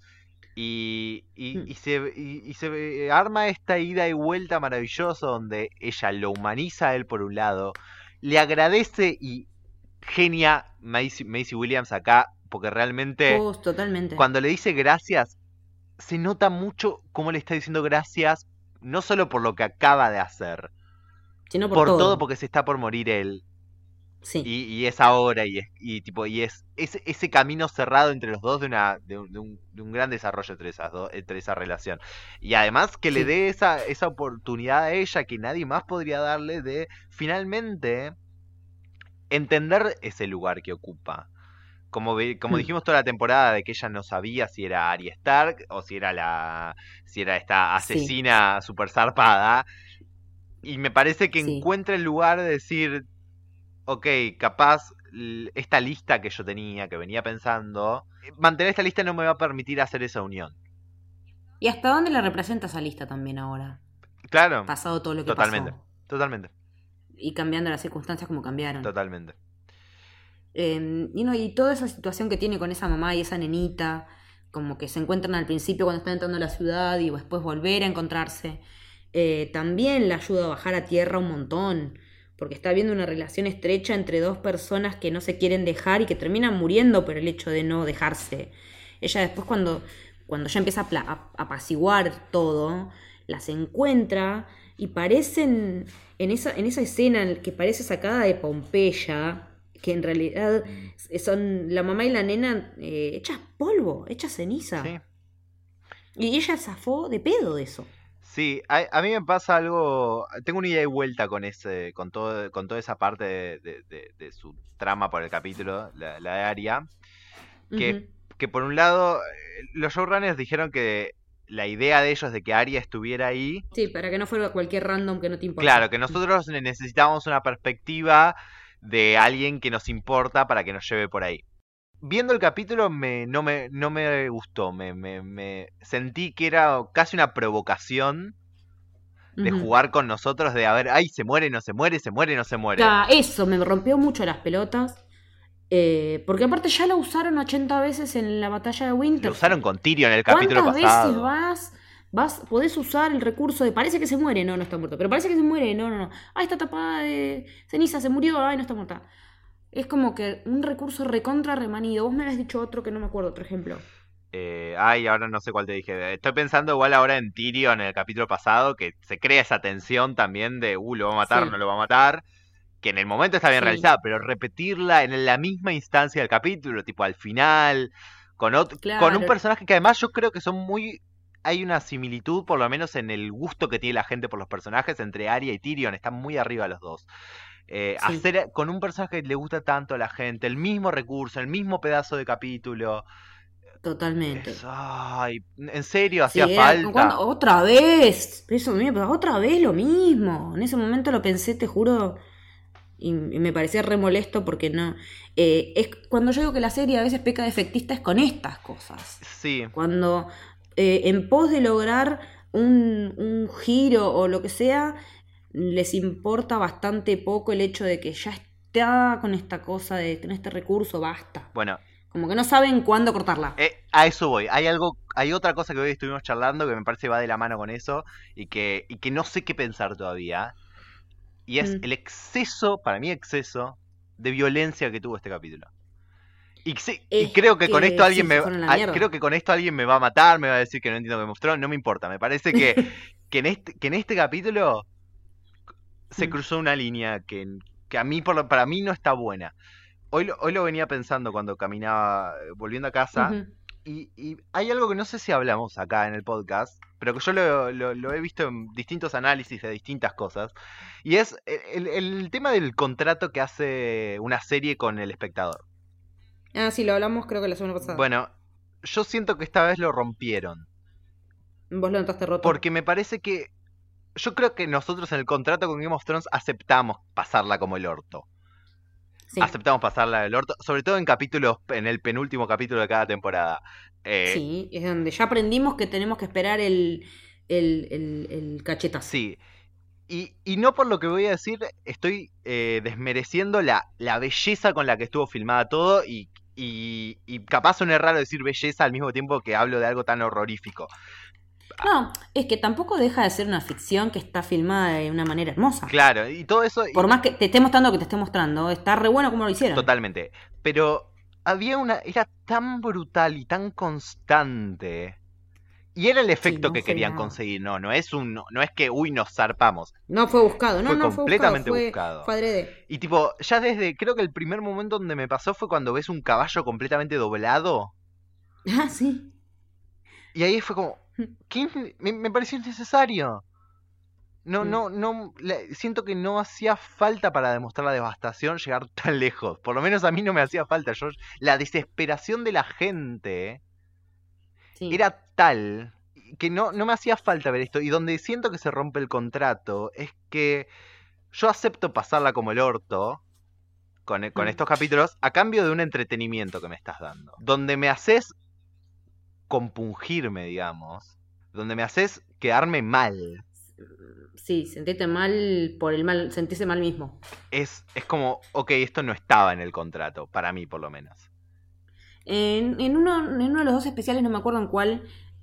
Y, y, Mm, y se, y, y se arma esta ida y vuelta maravillosa donde ella lo humaniza a él por un lado, le agradece y genia Maisie, Maisie Williams acá, porque realmente Vos, totalmente. cuando le dice gracias, se nota mucho cómo le está diciendo gracias, no solo por lo que acaba de hacer, Sino por por todo todo. porque se está por morir él. Sí, Y, y es ahora, y es, y tipo, y es ese, ese camino cerrado entre los dos de una, de un, de un, de un gran desarrollo entre esas dos, entre esa relación. Y además que le sí. dé esa, esa oportunidad a ella que nadie más podría darle de finalmente entender ese lugar que ocupa. Como, ve- como Mm, dijimos toda la temporada de que ella no sabía si era Arya Stark o si era la si era esta sí, asesina super zarpada. Y me parece que sí. encuentra el lugar de decir, ok, capaz l- esta lista que yo tenía, que venía pensando, eh, mantener esta lista no me va a permitir hacer esa unión. ¿Y hasta dónde la representa esa lista también ahora? Claro, Pasado todo lo que totalmente, pasó. totalmente, Y cambiando las circunstancias como cambiaron. totalmente. Eh, y, no, y toda esa situación que tiene con esa mamá y esa nenita, como que se encuentran al principio cuando están entrando a la ciudad y después volver a encontrarse, eh, también la ayuda a bajar a tierra un montón, porque está habiendo una relación estrecha entre dos personas que no se quieren dejar y que terminan muriendo por el hecho de no dejarse. Ella después cuando, cuando ya empieza a, pla- a apaciguar todo, las encuentra y parecen, en esa, en esa escena que parece sacada de Pompeya, que en realidad son la mamá y la nena eh, hechas polvo, hechas Sí, ceniza. Y ella zafó de pedo de eso. sí, a, a mí me pasa algo, tengo una ida y vuelta con ese, con todo, con toda esa parte de, de- de- de su trama por el capítulo, la, la de Aria, que, Ujú. que por un lado, eh, los showrunners dijeron que la idea de ellos de que Aria estuviera ahí, Sí, para que no fuera cualquier random que no te claro, importa. que nosotros ne- necesitábamos una perspectiva de alguien que nos importa para que nos lleve por ahí. Viendo el capítulo me, no, me, no me gustó, me, me, me sentí que era casi una provocación de Ujú. jugar con nosotros, de a ver, ay, se muere, no se muere, se muere, no se muere. Ya, eso me rompió mucho las pelotas. Eh, porque aparte ya la usaron ochenta veces en la batalla de Lo usaron Winterfell. con Tyrion en el capítulo ¿Cuántas veces pasado. vas, vas, podés usar el recurso de parece que se muere? No, no está muerto. Pero parece que se muere. No, no, no. Ah, está tapada de ceniza, se murió. Ay, no está muerta. Es como que un recurso recontra remanido. Vos me habías dicho otro que no me acuerdo, otro ejemplo. Eh, ay, ahora no sé cuál te dije. Estoy pensando igual ahora en Tyrion en el capítulo pasado, que se crea esa tensión también de, uh, lo va a matar, no Sí, lo va a matar. Que en el momento está bien sí, realizada, pero repetirla en la misma instancia del capítulo, tipo al final, con, otro, con un claro, personaje que además yo creo que son muy... Hay una similitud, por lo menos en el gusto que tiene la gente por los personajes, entre Arya y Tyrion, están muy arriba los dos. Eh, sí, hacer con un personaje que le gusta tanto a la gente, el mismo recurso, el mismo pedazo de capítulo, es, totalmente. ay, en serio, hacía Sí, era cuando falta. otra vez. Eso a mí me pasó, otra vez lo mismo. En ese momento lo pensé, te juro. Y, y me parecía re molesto porque no... Eh, es cuando yo digo que la serie a veces peca de efectista es con estas cosas. Sí. Cuando eh, en pos de lograr un, un giro o lo que sea, les importa bastante poco el hecho de que ya está con esta cosa, de tener este recurso, basta. Bueno. Como que no saben cuándo cortarla. Eh, a eso voy. Hay algo, hay otra cosa que hoy estuvimos charlando que me parece va de la mano con eso y que, y que no sé qué pensar todavía. Y es mm. el exceso, para mí exceso, de violencia que tuvo este capítulo. Y, sí, y creo que, que con esto alguien sí, me a, creo que con esto alguien me va a matar, me va a decir que no entiendo Game of Thrones, no me importa. Me parece que, que, en, este, que en este capítulo se cruzó una línea que, que a mí por, para mí no está buena. Hoy lo, hoy lo venía pensando cuando caminaba, volviendo a casa, uh-huh. y, y hay algo que no sé si hablamos acá en el podcast, pero que yo lo, lo, lo he visto en distintos análisis de distintas cosas, y es el, el tema del contrato que hace una serie con el espectador. Ah, sí, lo hablamos creo que la semana pasada. Bueno, yo siento que esta vez lo rompieron. ¿Vos lo notaste roto? Porque me parece que, yo creo que nosotros en el contrato con Game of Thrones aceptamos pasarla como el orto. Sí. Aceptamos pasarla del orto, sobre todo en capítulos, en el penúltimo capítulo de cada temporada. Eh, sí, es donde ya aprendimos que tenemos que esperar el, el, el, el cachetazo. Sí, y, y no por lo que voy a decir, estoy eh, desmereciendo la, la belleza con la que estuvo filmada todo y, y, y capaz suena raro decir belleza al mismo tiempo que hablo de algo tan horrorífico. No, es que tampoco deja de ser una ficción que está filmada de una manera hermosa. Claro, y todo eso... Por y... más que te esté mostrando lo que te esté mostrando, está re bueno como lo hicieron. Totalmente, pero había una... Era tan brutal y tan constante. Y era el efecto sí, no que querían nada. conseguir, no, no es un... No, no es que, uy, nos zarpamos. No fue buscado, no, fue no completamente fue buscado. Fue, fue adrede. Y tipo, ya desde... Creo que el primer momento donde me pasó fue cuando ves un caballo completamente doblado. Ah, sí. Y ahí fue como... ¿Qué? Me, me pareció innecesario. No, mm. no, no. Le, siento que no hacía falta para demostrar la devastación llegar tan lejos. Por lo menos a mí no me hacía falta. Yo, la desesperación de la gente sí. era tal que no, no me hacía falta ver esto. Y donde siento que se rompe el contrato es que yo acepto pasarla como el orto con, con mm. estos capítulos a cambio de un entretenimiento que me estás dando. Donde me haces compungirme, digamos, donde me haces quedarme mal. Sí, sentirte mal por el mal, sentirse mal mismo. Es, es como, ok, esto no estaba en el contrato, para mí por lo menos. En, en, uno, en uno de los dos especiales, no me acuerdo en cuál,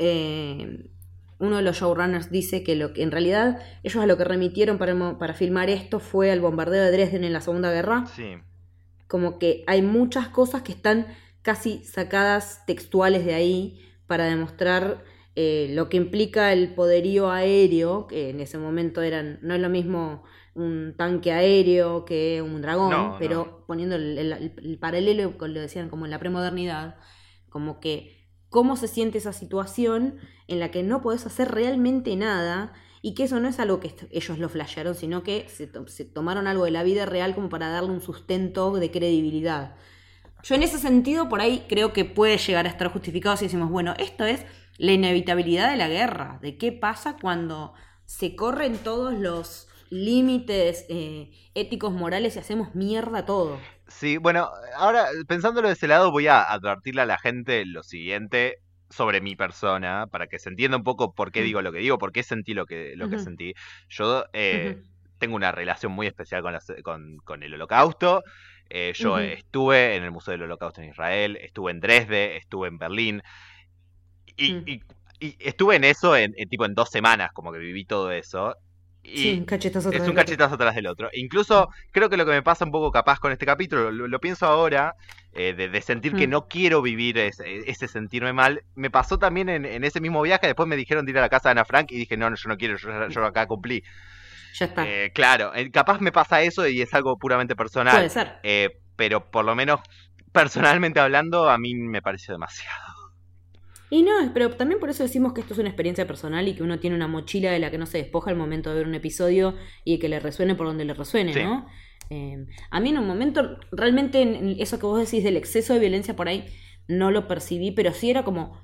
eh, uno de los showrunners dice que, lo, que en realidad ellos a lo que remitieron para, para filmar esto fue al bombardeo de Dresden en la Segunda Guerra. Sí. Como que hay muchas cosas que están casi sacadas textuales de ahí para demostrar eh, lo que implica el poderío aéreo, que en ese momento eran no es lo mismo un tanque aéreo que un dragón, no, pero no. poniendo el, el, el paralelo, lo decían como en la premodernidad, como que cómo se siente esa situación en la que no podés hacer realmente nada y que eso no es algo que ellos lo flashearon, sino que se, to- se tomaron algo de la vida real como para darle un sustento de credibilidad. Yo en ese sentido, por ahí creo que puede llegar a estar justificado si decimos, bueno, esto es la inevitabilidad de la guerra, de qué pasa cuando se corren todos los límites eh, éticos, morales y hacemos mierda todo. Sí, bueno, ahora pensándolo de ese lado voy a advertirle a la gente lo siguiente sobre mi persona, para que se entienda un poco por qué uh-huh. digo lo que digo, por qué sentí lo que, lo uh-huh. que sentí. Yo eh, uh-huh. tengo una relación muy especial con, la, con, con el Holocausto. Eh, yo uh-huh. estuve en el Museo del Holocausto en Israel, estuve en Dresde, estuve en Berlín y, uh-huh. y, y estuve en eso en, en tipo en dos semanas, como que viví todo eso. Y sí, un cachetazo es un cachetazo atrás del otro. Incluso creo que lo que me pasa un poco capaz con este capítulo, lo, lo pienso ahora, eh, de, de sentir uh-huh. que no quiero vivir ese, ese sentirme mal, me pasó también en, en ese mismo viaje. Después me dijeron de ir a la casa de Ana Frank y dije, no, no yo no quiero, yo, yo acá cumplí. Ya está. Eh, claro, capaz me pasa eso y es algo puramente personal. Puede ser. Eh, pero por lo menos, personalmente hablando, a mí me pareció demasiado. Y no, pero también por eso decimos que esto es una experiencia personal y que uno tiene una mochila de la que no se despoja al momento de ver un episodio y que le resuene por donde le resuene, sí. ¿no? Eh, a mí en un momento, realmente en eso que vos decís del exceso de violencia por ahí, no lo percibí, pero sí era como...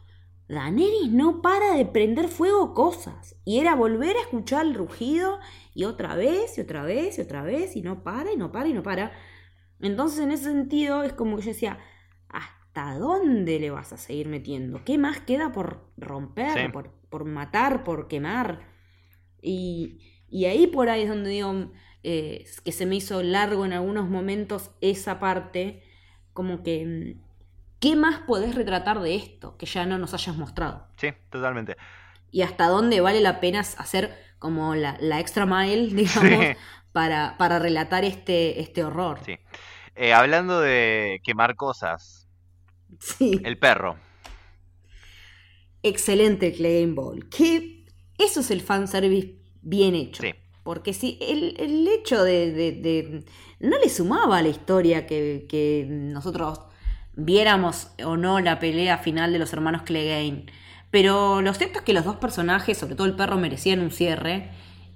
Daenerys no para de prender fuego cosas. Y era volver a escuchar el rugido y otra vez, y otra vez, y otra vez, y no para, y no para, y no para. Entonces, en ese sentido, es como que yo decía, ¿hasta dónde le vas a seguir metiendo? ¿Qué más queda por romper, Sí. por, por matar, por quemar? Y, y ahí por ahí es donde digo eh, que se me hizo largo en algunos momentos esa parte, como que, ¿qué más podés retratar de esto que ya no nos hayas mostrado? Sí, totalmente. Y hasta dónde vale la pena hacer como la, la extra mile, digamos, Sí. para, para relatar este, este horror. Sí. Eh, hablando de quemar cosas, Sí. el perro. Excelente Game Ball. Que eso es el fanservice bien hecho. Sí. Porque si el, el hecho de, de, de- no le sumaba a la historia que, que nosotros viéramos o no la pelea final de los hermanos Clegane. Pero lo cierto es que los dos personajes, sobre todo el perro, merecían un cierre.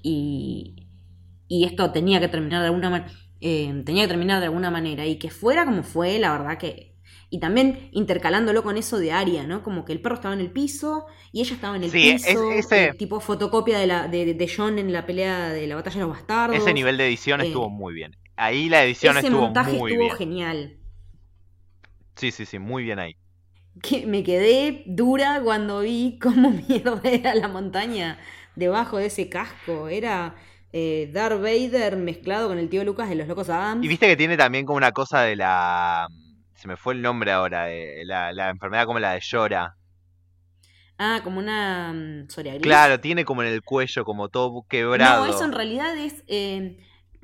Y, y esto tenía que terminar de alguna manera. tenía que terminar de alguna manera. Y que fuera como fue, la verdad que. Y también intercalándolo con eso de Arya, ¿no? Como que el perro estaba en el piso y ella estaba en el Sí, es- piso. ese- eh, tipo fotocopia de, la, de, de Jon en la pelea de la batalla de los bastardos. Ese nivel de edición Eh, estuvo muy bien. Ahí la edición Ese estuvo montaje muy estuvo bien. genial. Sí, sí, sí, muy bien ahí. Que me quedé dura cuando vi cómo mierda era la montaña debajo de ese casco. Era eh, Darth Vader mezclado con el tío Lucas de los Locos Adams. Y viste que tiene también como una cosa de la... Se me fue el nombre ahora, de la, la enfermedad como la de Llora. Ah, como una um, psoriasis. Claro, tiene como en el cuello como todo quebrado. No, eso en realidad es eh,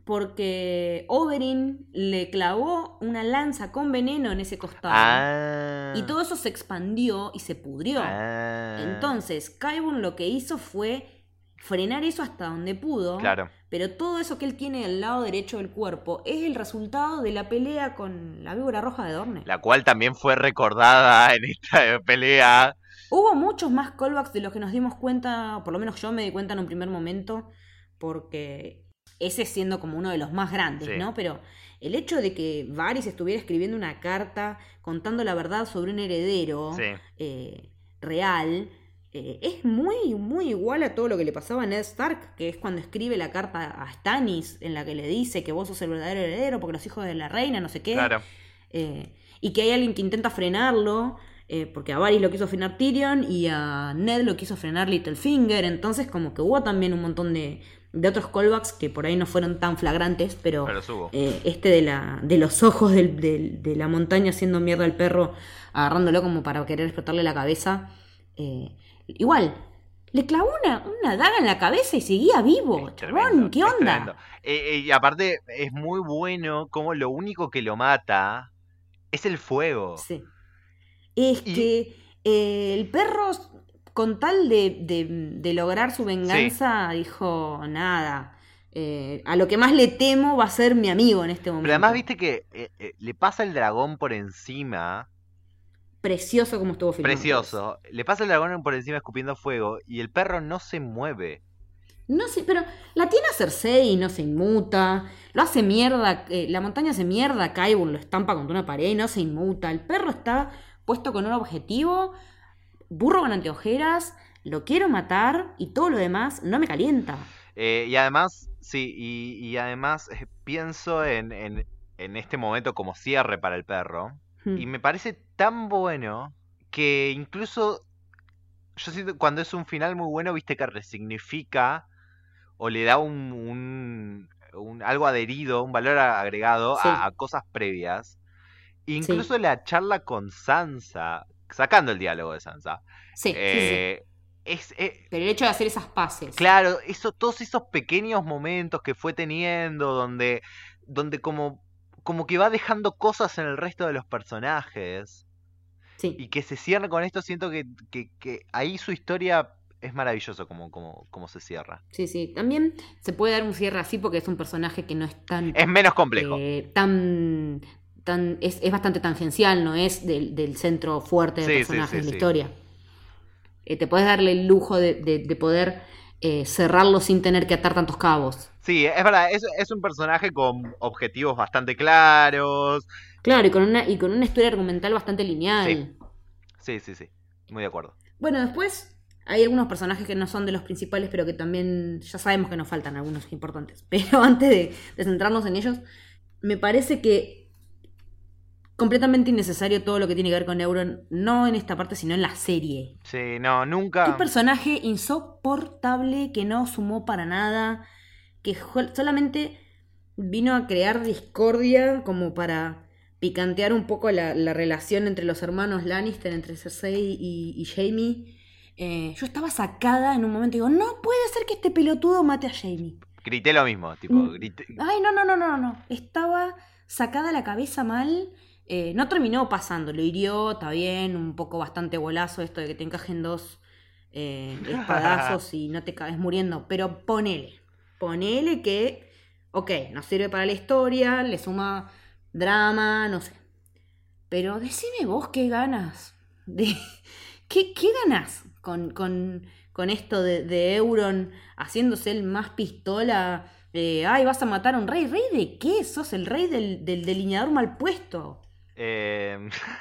porque Oberyn le clavó una lanza con veneno en ese costado. Ah. Y todo eso se expandió y se pudrió. Ah. Entonces, Qyburn lo que hizo fue frenar eso hasta donde pudo. Claro. Pero todo eso que él tiene del lado derecho del cuerpo es el resultado de la pelea con la víbora roja de Dorne. La cual también fue recordada en esta pelea. Hubo muchos más callbacks de los que nos dimos cuenta, por lo menos yo me di cuenta en un primer momento, porque ese siendo como uno de los más grandes, Sí. ¿no? Pero el hecho de que Varys estuviera escribiendo una carta contando la verdad sobre un heredero Sí. eh, real, eh, es muy, muy igual a todo lo que le pasaba a Ned Stark, que es cuando escribe la carta a Stannis, en la que le dice que vos sos el verdadero heredero, porque los hijos de la reina, no sé qué. Claro. Eh, y que hay alguien que intenta frenarlo, eh, porque a Varys lo quiso frenar Tyrion y a Ned lo quiso frenar Littlefinger. Entonces como que hubo también un montón de, de otros callbacks que por ahí no fueron tan flagrantes, pero, Pero subo. eh, este de, la, de los ojos del, del- de la montaña haciendo mierda al perro, agarrándolo como para querer explotarle la cabeza, eh, igual, le clavó una, una daga en la cabeza y seguía vivo. Es Chabón, tremendo, ¿qué es onda? tremendo. Eh, eh, y aparte es muy bueno como lo único que lo mata es el fuego. Sí. Es Y- que eh, el perro, con tal de, de- de lograr su venganza, dijo, nada, eh, a lo que más le temo va a ser mi amigo en este momento. Pero además viste que eh, eh, le pasa el dragón por encima. Precioso como estuvo filmado. Precioso. Le pasa el dragón por encima escupiendo fuego y el perro no se mueve. No sé, pero la tiene a Cersei y no se inmuta. Lo hace mierda, eh, la montaña hace mierda a Qyburn, lo estampa contra una pared y no se inmuta. El perro está puesto con un objetivo, burro con anteojeras, lo quiero matar y todo lo demás no me calienta. Eh, y además, sí, y, y además eh, pienso en, en, en este momento como cierre para el perro. Hmm. Y me parece tan bueno que incluso yo siento cuando es un final muy bueno, viste que resignifica o le da un, un, un- algo adherido, un valor agregado Sí. a, a cosas previas. Incluso Sí. la charla con Sansa, sacando el diálogo de Sansa, Sí, sí, sí. eh, es, eh, Pero el hecho de hacer esas paces. claro, eso, todos esos pequeños momentos que fue teniendo, donde, donde como, como que va dejando cosas en el resto de los personajes, Sí. y que se cierra con esto, siento que, que, que ahí su historia es maravilloso como, como, como se cierra. Sí, sí. También se puede dar un cierre así porque es un personaje que no es tan. Es menos complejo. eh, tan. tan es, es bastante tangencial, no es del, del centro fuerte de Sí, sí, personajes sí, de la sí. historia. Eh, te puedes darle el lujo de, de, de poder eh, cerrarlo sin tener que atar tantos cabos. Sí, es verdad, es, es un personaje con objetivos bastante claros. Claro, y con una, y con una historia argumental bastante lineal. Sí, sí, sí, muy de acuerdo. Bueno, después hay algunos personajes que no son de los principales, pero que también ya sabemos que nos faltan algunos importantes. Pero antes de, de centrarnos en ellos, me parece que completamente innecesario todo lo que tiene que ver con Euron, no en esta parte, sino en la serie. Sí, no, nunca. Qué personaje insoportable que no sumó para nada, que solamente vino a crear discordia como para picantear un poco la, la relación entre los hermanos Lannister, entre Cersei y, y Jaime. Eh, yo estaba sacada en un momento y digo, no puede ser que este pelotudo mate a Jaime. Grité lo mismo, tipo, grité. Ay, no, no, no, no, no. Estaba sacada la cabeza mal. Eh, no terminó pasando, lo hirió, está bien, un poco bastante golazo esto de que te encajen dos eh, espadazos y no te caes muriendo. Pero ponele, ponele que, ok, nos sirve para la historia, le suma drama, no sé. Pero decime vos qué ganas. De, ¿qué, ¿Qué ganas con, con, con esto de, de Euron haciéndose el más pistola? Eh, ay, vas a matar a un rey. ¿Rey de qué? Sos el rey del, del delineador mal puesto. Eh...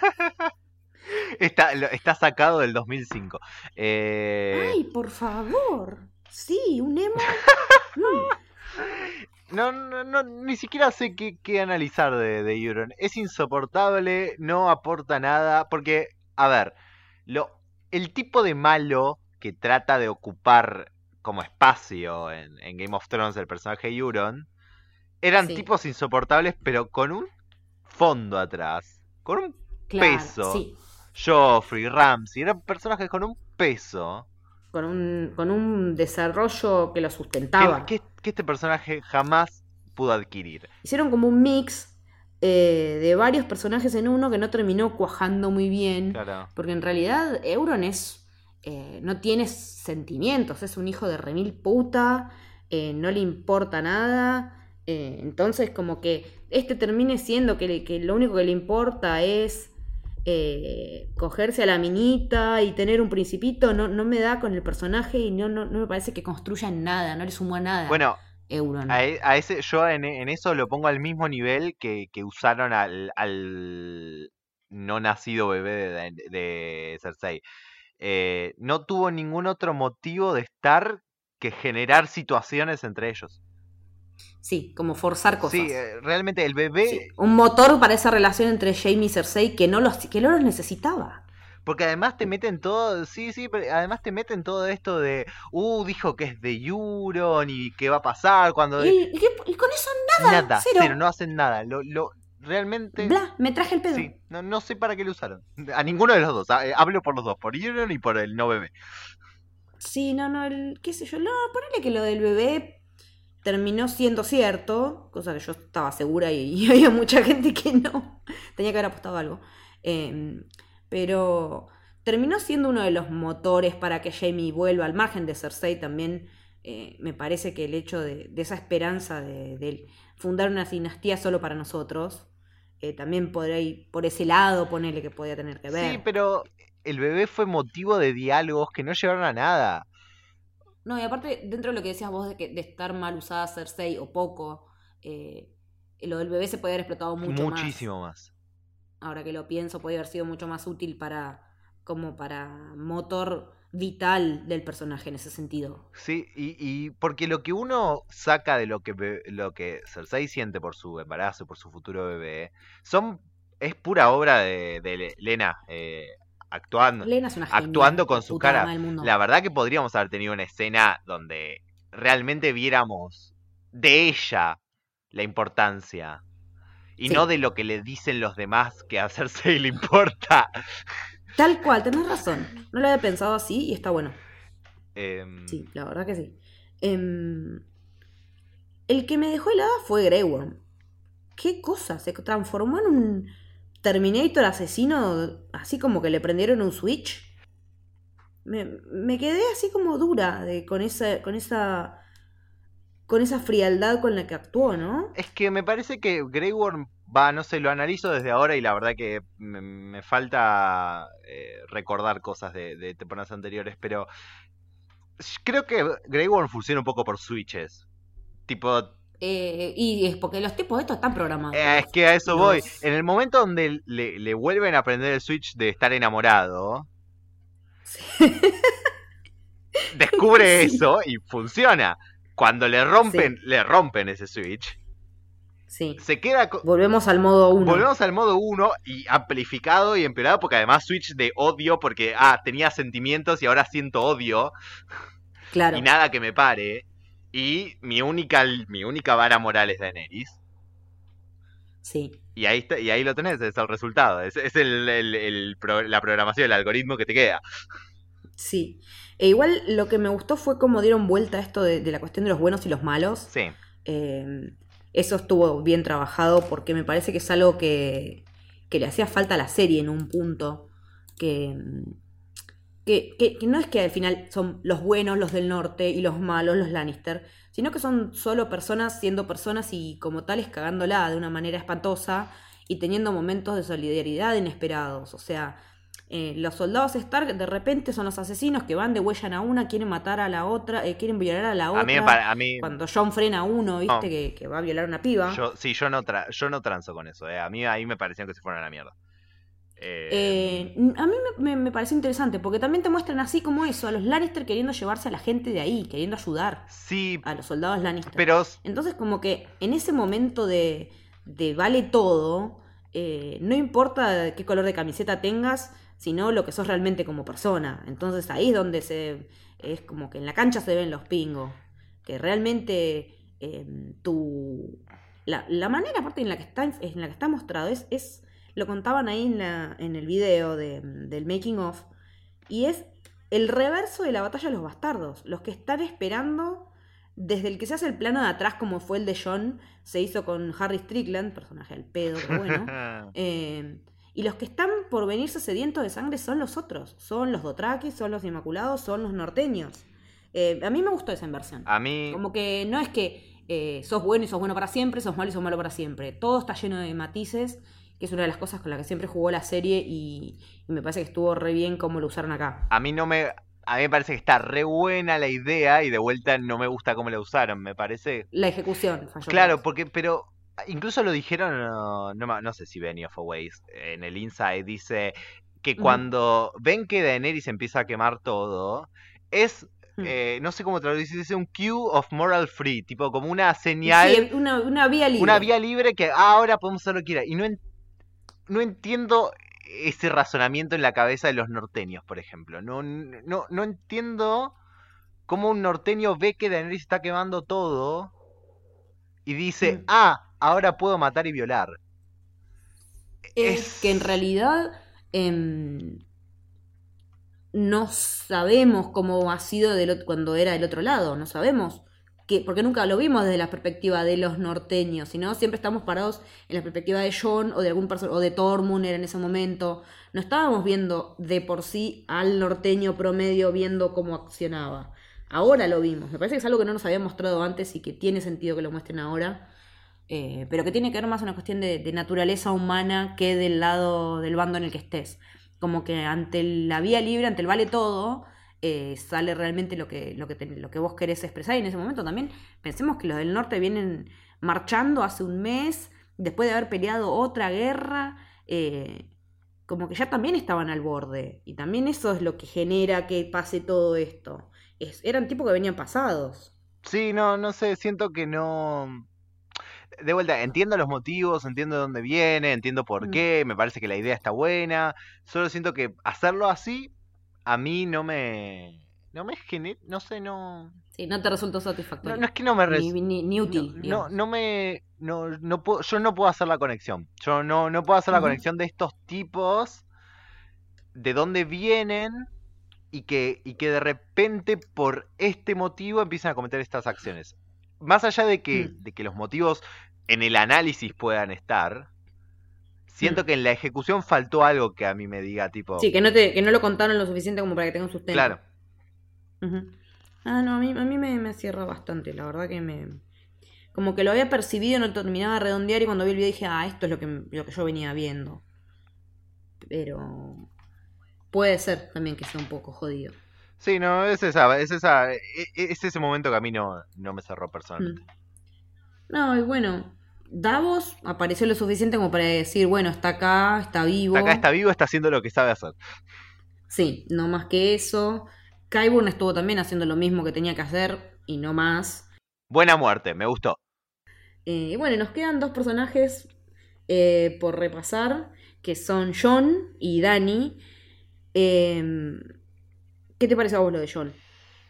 está, está sacado del dos mil cinco. Eh... Ay, por favor. Sí, un emo. mm. No, no, no, ni siquiera sé qué, qué analizar de, de Euron. Es insoportable, no aporta nada. Porque, a ver, lo, el tipo de malo que trata de ocupar como espacio en, en Game of Thrones el personaje Euron, eran sí. tipos insoportables, pero con un fondo atrás, con un claro, peso. Sí. Joffrey, Ramsay, eran personajes con un peso. Con un, con un desarrollo que lo sustentaba. Que, que, que este personaje jamás pudo adquirir. Hicieron como un mix eh, de varios personajes en uno que no terminó cuajando muy bien. Claro. Porque en realidad Euron es eh, no tiene sentimientos, es un hijo de remil puta, eh, no le importa nada. Eh, entonces como que este termine siendo que, que lo único que le importa es eh, cogerse a la minita y tener un principito, no, no me da con el personaje y no, no, no me parece que construya nada, no le sumó a nada. Bueno, Euron. A, a ese, yo en, en eso lo pongo al mismo nivel que, que usaron al, al no nacido bebé de, de Cersei. Eh, no tuvo ningún otro motivo de estar que generar situaciones entre ellos. Sí, como forzar cosas. Sí, eh, realmente el bebé... Sí, un motor para esa relación entre Jaime y Cersei que no los, que no los necesitaba. Porque además te meten todo, sí, sí, pero además te meten todo esto de, uh, dijo que es de Euron y qué va a pasar cuando... Y, y, y con eso nada, nada, cero. cero, no hacen nada, lo, lo, realmente... Bla, me traje el pedo. Sí, no, no sé para qué lo usaron, a ninguno de los dos, hablo por los dos, por Euron y por el no bebé. Sí, no, no, el, qué sé yo, no, ponele que lo del bebé terminó siendo cierto, cosa que yo estaba segura y, y había mucha gente que no, tenía que haber apostado algo. Eh, pero terminó siendo uno de los motores para que Jaime vuelva, al margen de Cersei también. Eh, me parece que el hecho de, de esa esperanza de, de fundar una dinastía solo para nosotros, eh, también podría ir por ese lado, ponerle que podía tener que ver. Sí, pero el bebé fue motivo de diálogos que no llevaron a nada. No, y aparte, dentro de lo que decías vos de, que, de estar mal usada Cersei o poco, eh, lo del bebé se podía haber explotado mucho Muchísimo más. más. Ahora que lo pienso, podría haber sido mucho más útil para como para motor vital del personaje en ese sentido. Sí, y, y porque lo que uno saca de lo que lo que Cersei siente por su embarazo, por su futuro bebé, son es pura obra de, de Lena eh, actuando, Lena es una actuando genial, con su cara. La verdad que podríamos haber tenido una escena donde realmente viéramos de ella la importancia. Y sí. No de lo que le dicen los demás que a Cersei le importa. Tal cual, tenés razón. No lo había pensado así y está bueno. Eh... Sí, la verdad que sí. Eh... El que me dejó helada fue Grey Worm. ¿Qué cosa? Se transformó en un Terminator asesino, así como que le prendieron un switch. Me, me quedé así como dura de, con esa... Con esa con esa frialdad con la que actuó, ¿no? Es que me parece que Grey Worm, va, no sé, lo analizo desde ahora y la verdad que me, me falta eh, recordar cosas de, de temporadas anteriores, pero creo que Grey Worm funciona un poco por switches. Tipo... Eh, y es porque los tipos de estos están programados. Eh, es que a eso los... voy. En el momento donde le, le vuelven a prender el switch de estar enamorado... Descubre Sí. eso y funciona. Cuando le rompen, Sí. le rompen ese switch, Sí. se queda... co- Volvemos al modo uno. Volvemos al modo uno y amplificado y empeorado porque además switch de odio porque, ah, tenía sentimientos y ahora siento odio Claro. y nada que me pare. Y mi única, mi única vara moral es Daenerys. Sí. Y ahí, está, y ahí lo tenés, es el resultado. Es, es el, el, el pro, la programación, el algoritmo que te queda. Sí. E igual lo que me gustó fue cómo dieron vuelta a esto de, de la cuestión de los buenos y los malos. Sí. Eh, eso estuvo bien trabajado porque me parece que es algo que, que le hacía falta a la serie en un punto. Que, que, que, que no es que al final son los buenos los del norte y los malos los Lannister, sino que son solo personas siendo personas y como tales cagándola de una manera espantosa y teniendo momentos de solidaridad inesperados. O sea, eh, los soldados Stark de repente son los asesinos que van de huellan a una, quieren matar a la otra, eh, quieren violar a la otra. A mí, me pare- a mí Cuando Jon frena a uno, viste, No. que, que va a violar a una piba. yo, sí, yo no, tra yo no transo con eso. Eh. A mí ahí me parecieron que se fueron a la mierda. Eh, Eh, a mí me, me, me pareció interesante porque también te muestran así como eso, a los Lannister queriendo llevarse a la gente de ahí, queriendo ayudar sí, a los soldados Lannister. pero Entonces como que en ese momento de, de vale todo, eh, no importa qué color de camiseta tengas, sino lo que sos realmente como persona. Entonces ahí es donde se es como que en la cancha se ven los pingos, que realmente eh, tu la, la manera aparte en la que está en la que está mostrado es, es lo contaban ahí en, la, en el video de, del making of, y es el reverso de la batalla de los bastardos, los que están esperando desde el que se hace el plano de atrás como fue el de Jon, se hizo con Harry Strickland, personaje al pedo, pero bueno, eh, y los que están por venirse sedientos de sangre son los otros, son los Dothraki, son los Inmaculados, son los norteños. Eh, a mí me gustó esa inversión. a mí... Como que no es que eh, sos bueno y sos bueno para siempre, sos malo y sos malo para siempre. Todo está lleno de matices, que es una de las cosas con las que siempre jugó la serie y, y me parece que estuvo re bien como lo usaron acá. A mí no me... A mí me parece que está re buena la idea y de vuelta no me gusta cómo la usaron. Me parece... La ejecución falló. Claro, porque... Pero incluso lo dijeron, no, no, no sé si Benny of Ways, en el Inside dice que cuando uh-huh. ven que Daenerys empieza a quemar todo, es... Eh, no sé cómo traducir, es un cue of moral free, tipo como una señal, sí, una, una vía libre. Una vía libre que ah, ahora podemos hacer lo que quiera. Y no, en, no entiendo ese razonamiento en la cabeza de los norteños, por ejemplo. No, no, no entiendo cómo un norteño ve que Daenerys está quemando todo y dice, mm. ah, ahora puedo matar y violar. Es, es... que en realidad... Eh... no sabemos cómo ha sido del, cuando era del otro lado, no sabemos, que, porque nunca lo vimos desde la perspectiva de los norteños, sino siempre estamos parados en la perspectiva de Jon o de algún personaje, o de Tormund era en ese momento, no estábamos viendo de por sí al norteño promedio viendo cómo accionaba, ahora lo vimos, me parece que es algo que no nos había mostrado antes y que tiene sentido que lo muestren ahora, eh, pero que tiene que ver más una cuestión de, de naturaleza humana que del lado del bando en el que estés. Como que ante la vía libre, ante el vale todo, eh, sale realmente lo que, lo, que te, lo que vos querés expresar. Y en ese momento también pensemos que los del norte vienen marchando hace un mes, después de haber peleado otra guerra, eh, como que ya también estaban al borde. Y también eso es lo que genera que pase todo esto. Es, eran tipos que venían pasados. Sí, no, no sé, siento que no... De vuelta, entiendo los motivos, entiendo de dónde viene, entiendo por qué, me parece que la idea está buena, solo siento que hacerlo así a mí no me no me genera, no sé, no sí, no te resultó satisfactorio. No, no es que no me res... ni, ni, ni útil. No, no, no me no, no puedo, yo no puedo hacer la conexión. Yo no no puedo hacer la uh-huh. conexión de estos tipos de dónde vienen y que y que de repente por este motivo empiezan a cometer estas acciones. Más allá de que, mm. de que los motivos en el análisis puedan estar, siento mm. que en la ejecución faltó algo que a mí me diga, tipo... Sí, que no, te, que no lo contaron lo suficiente como para que tenga un sustento. Claro. Uh-huh. Ah, no, a mí, a mí me, me cierra bastante, la verdad que me... Como que lo había percibido, no terminaba de redondear y cuando vi el video dije, ah, esto es lo que, lo que yo venía viendo. Pero... puede ser también que sea un poco jodido. Sí, no, es esa, es esa, es ese momento que a mí no, no me cerró personalmente. No, y bueno, Davos apareció lo suficiente como para decir, bueno, está acá, está vivo. Está acá, está vivo, está haciendo lo que sabe hacer. Sí, no más que eso. Qyburn estuvo también haciendo lo mismo que tenía que hacer y no más. Buena muerte, me gustó. Eh, bueno, nos quedan dos personajes eh, por repasar, que son John y Dani. Eh, ¿Qué te parece a vos lo de John?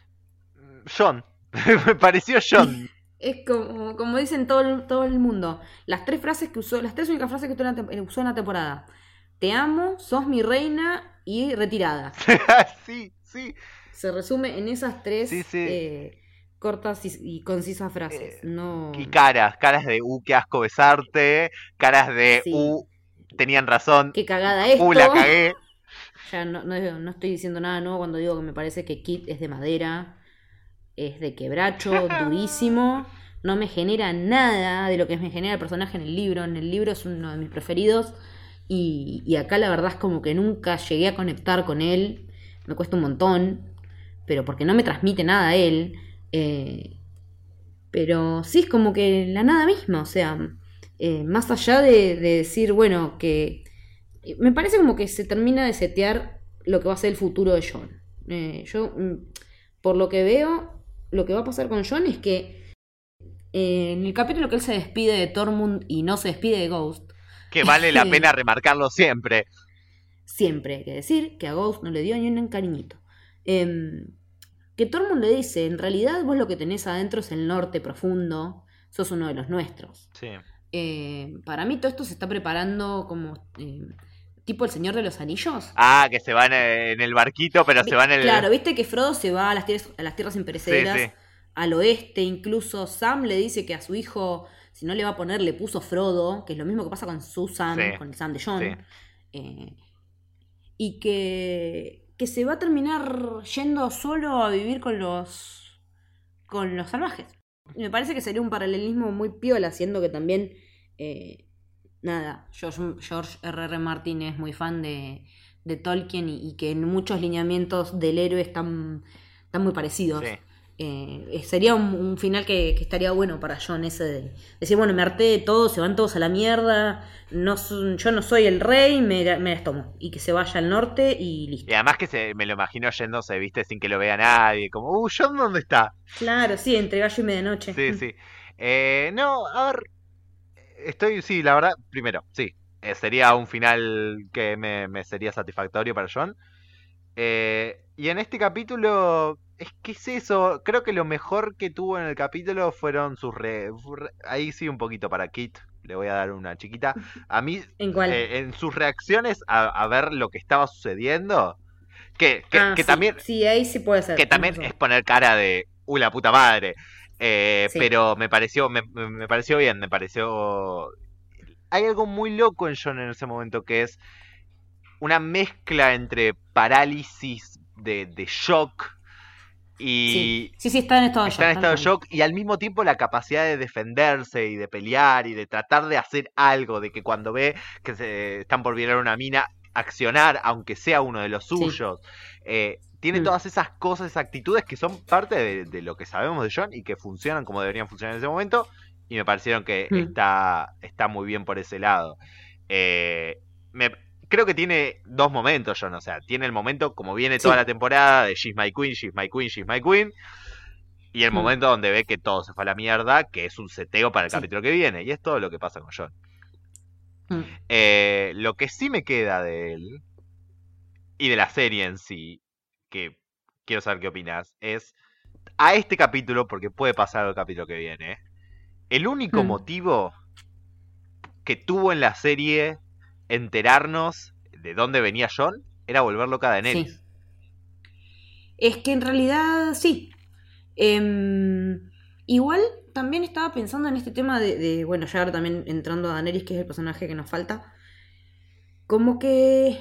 John, me pareció John. Es como, como dicen todo el, todo el mundo. Las tres frases que usó, las tres únicas frases que usó en, la, tem- usó en la temporada. Te amo, sos mi reina y retirada. Sí, sí, Se resume en esas sí, tres sí. eh, cortas y, y concisas frases. Eh, No. y caras, caras de, uh, qué asco besarte, caras de, Sí. uh, tenían razón, Qué cagada uh, la esto. cagué. Ya no, no, no estoy diciendo nada nuevo cuando digo que me parece que Kit es de madera. Es de quebracho, durísimo. No me genera nada de lo que me genera el personaje en el libro. En el libro es uno de mis preferidos. Y, y acá la verdad es como que nunca llegué a conectar con él. Me cuesta un montón. Pero porque no me transmite nada a él. Eh, pero sí es como que la nada misma. O sea, eh, más allá de, de decir, bueno, que... Me parece como que se termina de setear lo que va a ser el futuro de John. Eh, yo, mm, por lo que veo, lo que va a pasar con John es que eh, en el capítulo que él se despide de Tormund y no se despide de Ghost, Que vale la pena remarcarlo siempre. siempre hay que decir que a Ghost no le dio ni un cariñito. Eh, que Tormund le dice, en realidad vos lo que tenés adentro es el norte profundo, sos uno de los nuestros. Sí. Eh, para mí todo esto se está preparando como... Eh, tipo el Señor de los Anillos. Ah, que se van en el barquito, pero se van en el... Claro, viste que Frodo se va a las tierras, a las tierras imperecederas, Sí, sí. al oeste, incluso Sam le dice que a su hijo, si no le va a poner, le puso Frodo, que es lo mismo que pasa con su Sam, Sí, con el Sam de John. sí. Eh, y que, que se va a terminar yendo solo a vivir con los, con los salvajes. Y me parece que sería un paralelismo muy piola, siendo que también... Eh, nada, George, George R R. Martin es muy fan de, de Tolkien y, y que en muchos lineamientos del héroe están, están muy parecidos. Sí. Eh, sería un, un final que, que estaría bueno para John, ese de decir, bueno, me harté de todo, se van todos a la mierda, no, yo no soy el rey, me, me las tomo. Y que se vaya al norte y listo. Y además que se, me lo imagino yéndose, viste, sin que lo vea nadie. Como, uh, ¿John dónde está? Claro, sí, entre gallo y medianoche. Sí, sí. Eh, no, a ver, estoy, sí, la verdad, primero, sí. eh, sería un final que me, me sería satisfactorio para John. Eh, y en este capítulo, es que es eso, creo que lo mejor que tuvo en el capítulo fueron sus... Re, re- ahí sí un poquito para Kit, le voy a dar una chiquita. A mí, ¿En cuál? eh, en sus reacciones a, a ver lo que estaba sucediendo, que, que, Ah, que sí, también, sí, ahí sí puede ser. que también es poner cara de, uy, la puta madre. Eh, Sí. Pero me pareció, me, me me pareció bien, me pareció... Hay algo muy loco en John en ese momento que es una mezcla entre parálisis de, de shock y Sí, sí, sí, está en estado de está en shock. estado de tal cual. shock y al mismo tiempo la capacidad de defenderse y de pelear y de tratar de hacer algo, de que cuando ve que se están por violar una mina, accionar aunque sea uno de los Sí. suyos. Eh, tiene Mm. todas esas cosas, esas actitudes que son parte de, de lo que sabemos de John y que funcionan como deberían funcionar en ese momento y me parecieron que Mm. está, está muy bien por ese lado. Eh, me, creo que tiene dos momentos, John. O sea, tiene el momento, como viene toda Sí. la temporada, de She's My Queen, She's My Queen, She's My Queen. Y el Mm. momento donde ve que todo se fue a la mierda, que es un seteo para el Sí. capítulo que viene. Y es todo lo que pasa con John. Mm. Eh, lo que sí me queda de él, y de la serie en sí, que quiero saber qué opinas, es a este capítulo, porque puede pasar al capítulo que viene. El único Mm. motivo que tuvo en la serie enterarnos de dónde venía John era volver loca a Daenerys. Sí. Es que en realidad sí. Em, igual también estaba pensando en este tema de, de, bueno, ya ahora también entrando a Daenerys, que es el personaje que nos falta. Como que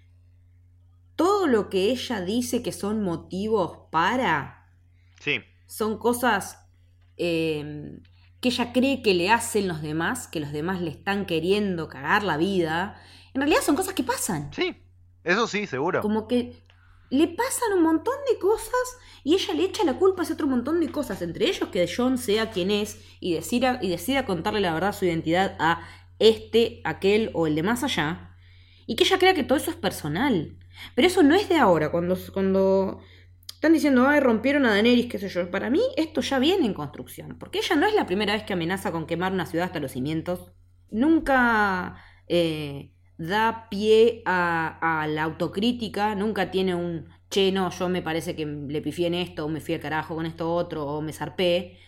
todo lo que ella dice que son motivos para, Sí, son cosas em, que ella cree que le hacen los demás, que los demás le están queriendo cagar la vida. En realidad son cosas que pasan. sí, eso sí, seguro. Como que le pasan un montón de cosas y ella le echa la culpa a ese otro montón de cosas, entre ellos que John sea quien es y decida, y decida contarle la verdad, su identidad a este, aquel o el de más allá, y que ella crea que todo eso es personal. Pero eso no es de ahora, cuando, cuando están diciendo, ay, rompieron a Daenerys, qué sé yo. Para mí esto ya viene en construcción, porque ella no es la primera vez que amenaza con quemar una ciudad hasta los cimientos. Nunca eh, da pie a, a la autocrítica, nunca tiene un, che, no, yo me parece que le pifié en esto, o me fui al carajo con esto otro, o me zarpé.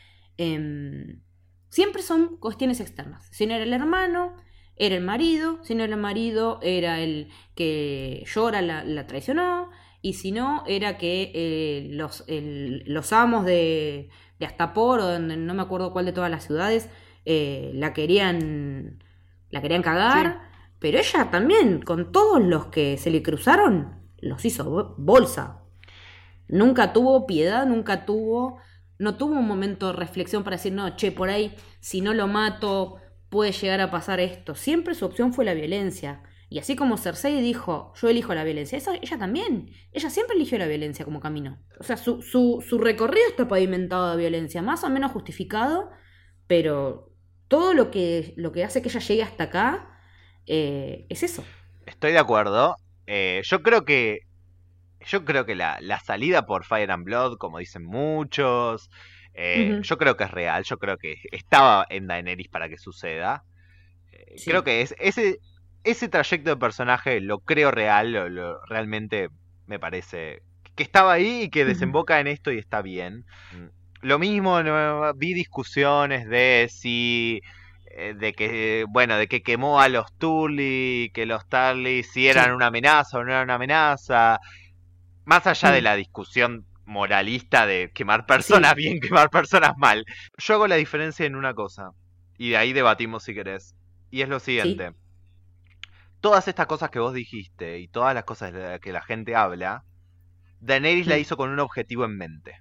Eh, siempre son cuestiones externas. Si no era el hermano, era el marido. Si no era el marido, era el que llora, la, la traicionó. Y si no, era que eh, los, el, los amos de, de Astapor, o de, no me acuerdo cuál de todas las ciudades, eh, la querían la querían cagar. Sí. Pero ella también, con todos los que se le cruzaron, los hizo bolsa. Nunca tuvo piedad, nunca tuvo... No tuvo un momento de reflexión para decir, no, che, por ahí, si no lo mato, puede llegar a pasar esto. Siempre su opción fue la violencia. Y así como Cersei dijo, yo elijo la violencia, esa, ella también. Ella siempre eligió la violencia como camino. O sea, su, su, su recorrido está pavimentado de violencia, más o menos justificado, pero todo lo que, lo que hace que ella llegue hasta acá eh, es eso. Estoy de acuerdo. Eh, yo creo que Yo creo que la, la salida por Fire and Blood, como dicen muchos, eh, uh-huh. yo creo que es real. Yo creo que estaba en Daenerys para que suceda. Eh, sí. Creo que es, ese, ese trayecto de personaje lo creo real. Lo, lo, realmente me parece que estaba ahí y que desemboca uh-huh. en esto y está bien. Lo mismo, no, vi discusiones de si... de que bueno de que quemó a los Tully, que los Tarly si eran sí. una amenaza o no eran una amenaza. Más allá mm. de la discusión moralista de quemar personas sí. bien, quemar personas mal, yo hago la diferencia en una cosa, y de ahí debatimos si querés, y es lo siguiente. Sí. Todas estas cosas que vos dijiste, y todas las cosas de las que la gente habla, Daenerys mm. la hizo con un objetivo en mente.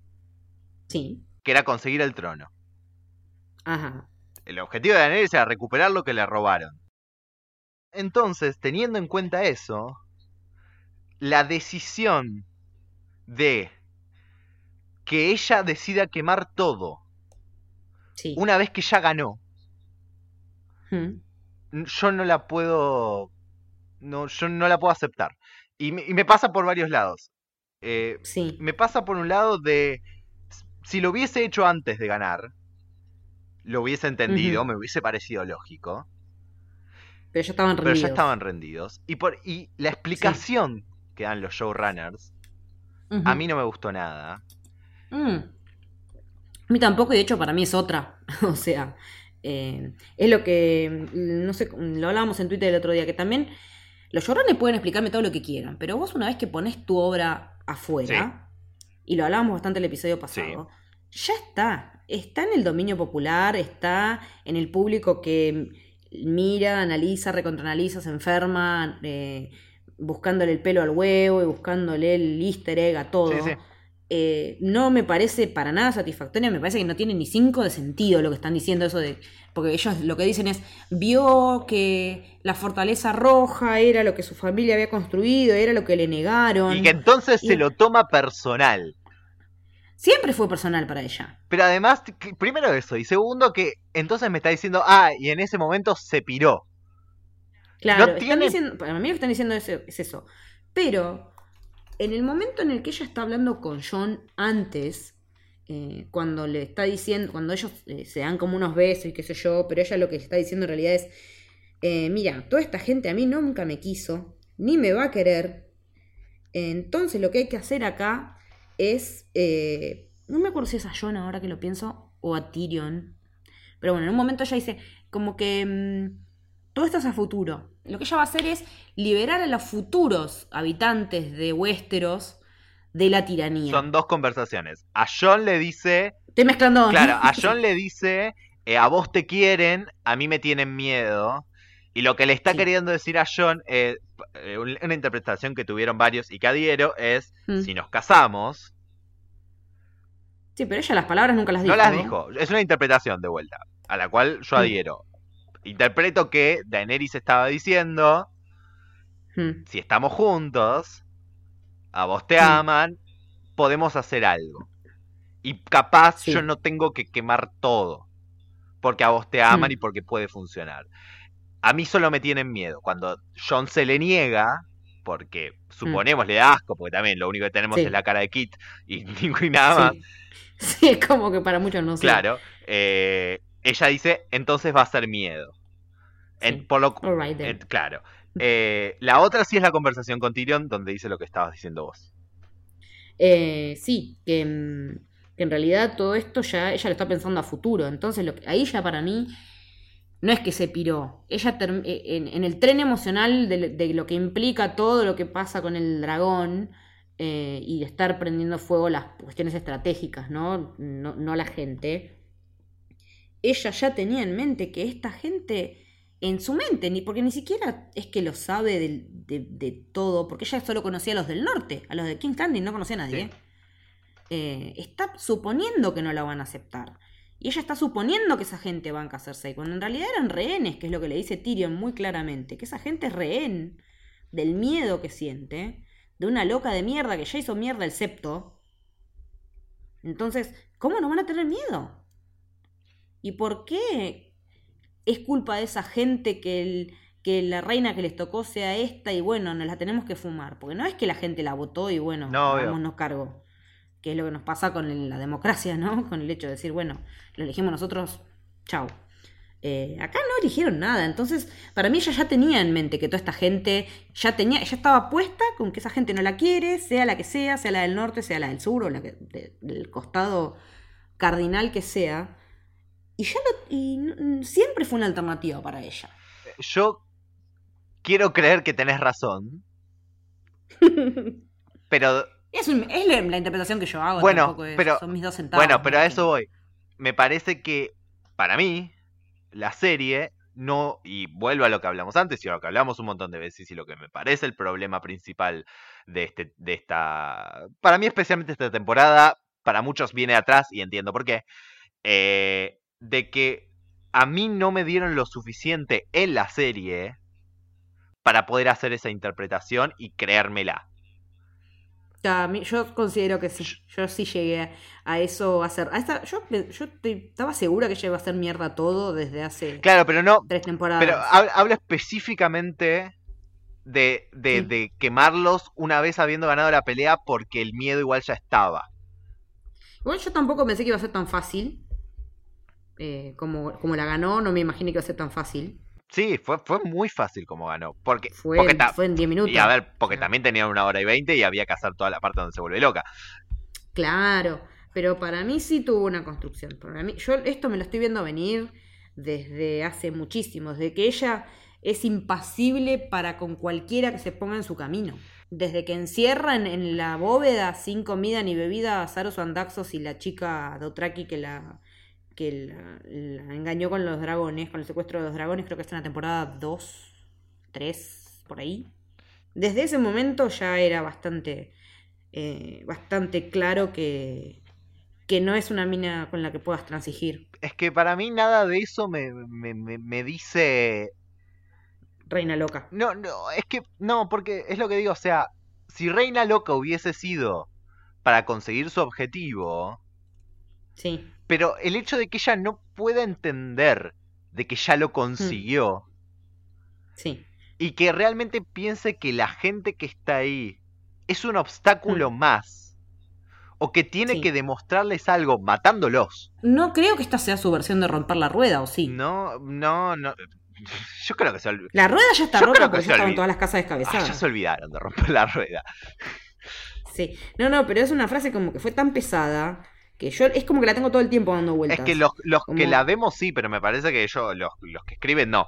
Sí. Que era conseguir el trono. Ajá. El objetivo de Daenerys era recuperar lo que le robaron. Entonces, teniendo en cuenta eso... la decisión de que ella decida quemar todo sí. una vez que ya ganó, hmm. yo no la puedo, no, yo no la puedo aceptar. Y me, y me pasa por varios lados. Eh, sí. Me pasa por un lado de, si lo hubiese hecho antes de ganar, lo hubiese entendido, uh-huh. me hubiese parecido lógico. Pero ya estaban rendidos. Pero ya estaban rendidos. Y, por, y la explicación... Sí. que dan los showrunners, uh-huh. a mí no me gustó nada. Mm. A mí tampoco, y de hecho para mí es otra. O sea, eh, es lo que, no sé, lo hablábamos en Twitter el otro día, que también los showrunners pueden explicarme todo lo que quieran, pero vos una vez que pones tu obra afuera, sí. y lo hablábamos bastante el episodio pasado, sí. ya está. Está en el dominio popular, está en el público que mira, analiza, recontraanaliza, se enferma, eh, buscándole el pelo al huevo y buscándole el easter egg a todo. Sí, sí. Eh, no me parece para nada satisfactorio, me parece que no tiene ni cinco de sentido lo que están diciendo, eso de, porque ellos lo que dicen es, vio que la fortaleza roja era lo que su familia había construido, era lo que le negaron. Y que entonces y... se lo toma personal. Siempre fue personal para ella. Pero además, primero eso, y segundo que entonces me está diciendo, ah, y en ese momento se piró. Claro, no tiene... están diciendo, para mí lo que están diciendo es, es eso. Pero en el momento en el que ella está hablando con Jon antes, eh, cuando le está diciendo, cuando ellos eh, se dan como unos besos y qué sé yo, pero ella lo que está diciendo en realidad es, eh, mira, toda esta gente a mí nunca me quiso, ni me va a querer. Entonces lo que hay que hacer acá es, eh, no me acuerdo si es a Jon ahora que lo pienso, o a Tyrion. Pero bueno, en un momento ella dice, como que... Mmm, todo esto es a futuro. Lo que ella va a hacer es liberar a los futuros habitantes de Westeros de la tiranía. Son dos conversaciones. A Jon le dice... Estoy mezclando. Claro, a Jon le dice, eh, a vos te quieren, a mí me tienen miedo. Y lo que le está sí. queriendo decir a Jon, eh, una interpretación que tuvieron varios y que adhiero, es, mm. si nos casamos... Sí, pero ella las palabras nunca las dijo. No las dijo. Es una interpretación de vuelta, a la cual yo adhiero. Mm. Interpreto que Daenerys estaba diciendo, hmm. si estamos juntos, a vos te hmm. aman, podemos hacer algo. Y capaz sí. yo no tengo que quemar todo, porque a vos te aman hmm. y porque puede funcionar. A mí solo me tienen miedo. Cuando Jon se le niega, porque suponemos le da asco, porque también lo único que tenemos Sí. es la cara de Kit y, y nada más. Sí. Sí, es como que para muchos no sé. Claro, eh, ella dice, entonces va a ser miedo. En, Sí. por lo, All right, then. en- claro. Eh, la otra sí es la conversación con Tyrion, donde dice lo que estabas diciendo vos. Eh, sí, que, mm, que en realidad todo esto ya ella lo está pensando a futuro. Entonces, lo que, ahí ya para mí no es que se piró. Ella term- eh, en, en el tren emocional de, de lo que implica todo lo que pasa con el dragón eh, y de estar prendiendo fuego las cuestiones estratégicas, ¿no? No, no la gente. Ella ya tenía en mente que esta gente, en su mente, ni porque ni siquiera es que lo sabe de, de, de todo, porque ella solo conocía a los del norte, a los de King's Landing no conocía a nadie. Sí. Eh, está suponiendo que no la van a aceptar. Y ella está suponiendo que esa gente banca a Cersei, cuando en realidad eran rehenes, que es lo que le dice Tyrion muy claramente, que esa gente es rehén del miedo que siente, de una loca de mierda que ya hizo mierda el septo. Entonces, ¿cómo no van a tener miedo? ¿Y por qué es culpa de esa gente que, el, que la reina que les tocó sea esta y bueno, nos la tenemos que fumar? Porque no es que la gente la votó y bueno, No, obvio. hagámonos cargo. Que es lo que nos pasa con el- la democracia, ¿no? Con el hecho de decir, bueno, lo elegimos nosotros, chau. Eh, acá no eligieron nada, entonces para mí ella ya tenía en mente que toda esta gente ya tenía, ya estaba puesta con que esa gente no la quiere, sea la que sea, sea la del norte, sea la del sur o la que, de- del costado cardinal que sea. Y ya lo, y n- siempre fue una alternativa para ella. Yo quiero creer que tenés razón, pero Es, un- es la, la interpretación que yo hago, bueno, tampoco es, pero son mis dos centavos. bueno, pero más a que- eso voy. Me parece que para mí la serie no, y vuelvo a lo que hablamos antes y a lo que hablamos un montón de veces y lo que me parece el problema principal de este de esta para mí especialmente esta temporada, para muchos viene atrás y entiendo por qué, eh, de que a mí no me dieron lo suficiente en la serie para poder hacer esa interpretación y creérmela. A mí- yo considero que sí. Yo sí llegué a, a eso a hacer. A esta, yo yo te- estaba segura que ella iba a hacer mierda todo desde hace Claro, pero no, tres temporadas. pero hab- hablo específicamente de, de, Sí. de quemarlos una vez habiendo ganado la pelea porque el miedo igual ya estaba. Igual yo tampoco pensé que iba a ser tan fácil. Eh, como, como la ganó, no me imaginé que iba a ser tan fácil. Sí, fue, fue muy fácil como ganó. Porque, Fue, porque en- ta- fue en diez minutos. y a ver, porque O sea, también tenían una hora y veinte y había que hacer toda la parte donde se vuelve loca. Claro, pero para mí sí tuvo una construcción. Para mí, yo esto me lo estoy viendo venir desde hace muchísimo, desde que ella es impasible para con cualquiera que se ponga en su camino. Desde que encierran en la bóveda sin comida ni bebida a Saros Andaxos y la chica Dothraki que la que la, la engañó con los dragones, con el secuestro de los dragones, creo que está en la temporada dos, tres, por ahí. Desde ese momento ya era bastante eh, bastante claro que, que no es una mina con la que puedas transigir. Es que para mí nada de eso me, me, me, me dice... Reina loca. No, no, es que... No, porque es lo que digo, o sea, si Reina Loca hubiese sido para conseguir su objetivo... Sí. Pero el hecho de que ella no pueda entender de que ya lo consiguió Sí. y que realmente piense que la gente que está ahí es un obstáculo Mm. más o que tiene Sí. que demostrarles algo matándolos. No creo que esta sea su versión de romper la rueda, ¿o sí? No, no, no. Yo creo que se olvidaron. La rueda ya está Yo rota creo que porque se ya estaban olvi- todas las casas Ah, descabezadas. ya se olvidaron de romper la rueda. Sí. No, no, pero es una frase como que fue tan pesada que yo es como que la tengo todo el tiempo dando vueltas. Es que los, los Como- que la vemos sí, pero me parece que yo, los, los que escriben no.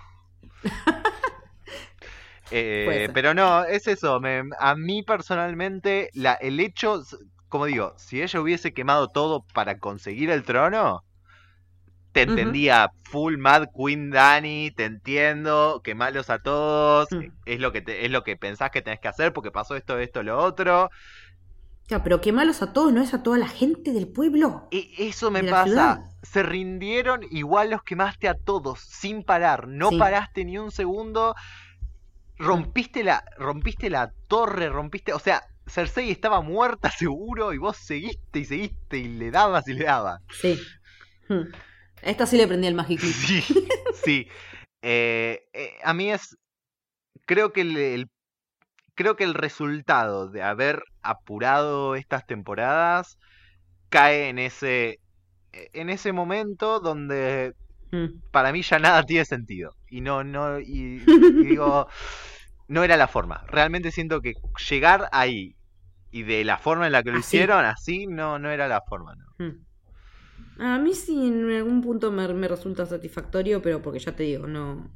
Eh, Puede ser. pero no, es eso. Me- a mí personalmente, la, el hecho, como digo, si ella hubiese quemado todo para conseguir el trono, te Ujú. entendía full Mad Queen Dani, te entiendo, quemarlos a todos, Mm. es lo que te, es lo que pensás que tenés que hacer porque pasó esto, esto, lo otro. Claro, pero quemarlos a todos no es a toda la gente del pueblo. E- eso me De la pasa. ciudad. Se rindieron, igual los quemaste a todos, sin parar. No Sí. paraste ni un segundo. Rompiste la, rompiste la torre, rompiste. O sea, Cersei estaba muerta seguro y vos seguiste y seguiste y le dabas y le dabas. Sí. Hmm. A esta sí le prendí el Magic Clip. Sí, sí. Eh, eh, a mí es. Creo que el, el- creo que el resultado de haber apurado estas temporadas cae en ese, en ese momento donde Mm. para mí ya nada tiene sentido. Y no, no, y, y digo, no era la forma. Realmente siento que llegar ahí y de la forma en la que lo Así. hicieron, así, no, no era la forma, ¿no? Mm. A mí sí en algún punto me, me resulta satisfactorio, pero porque ya te digo, no...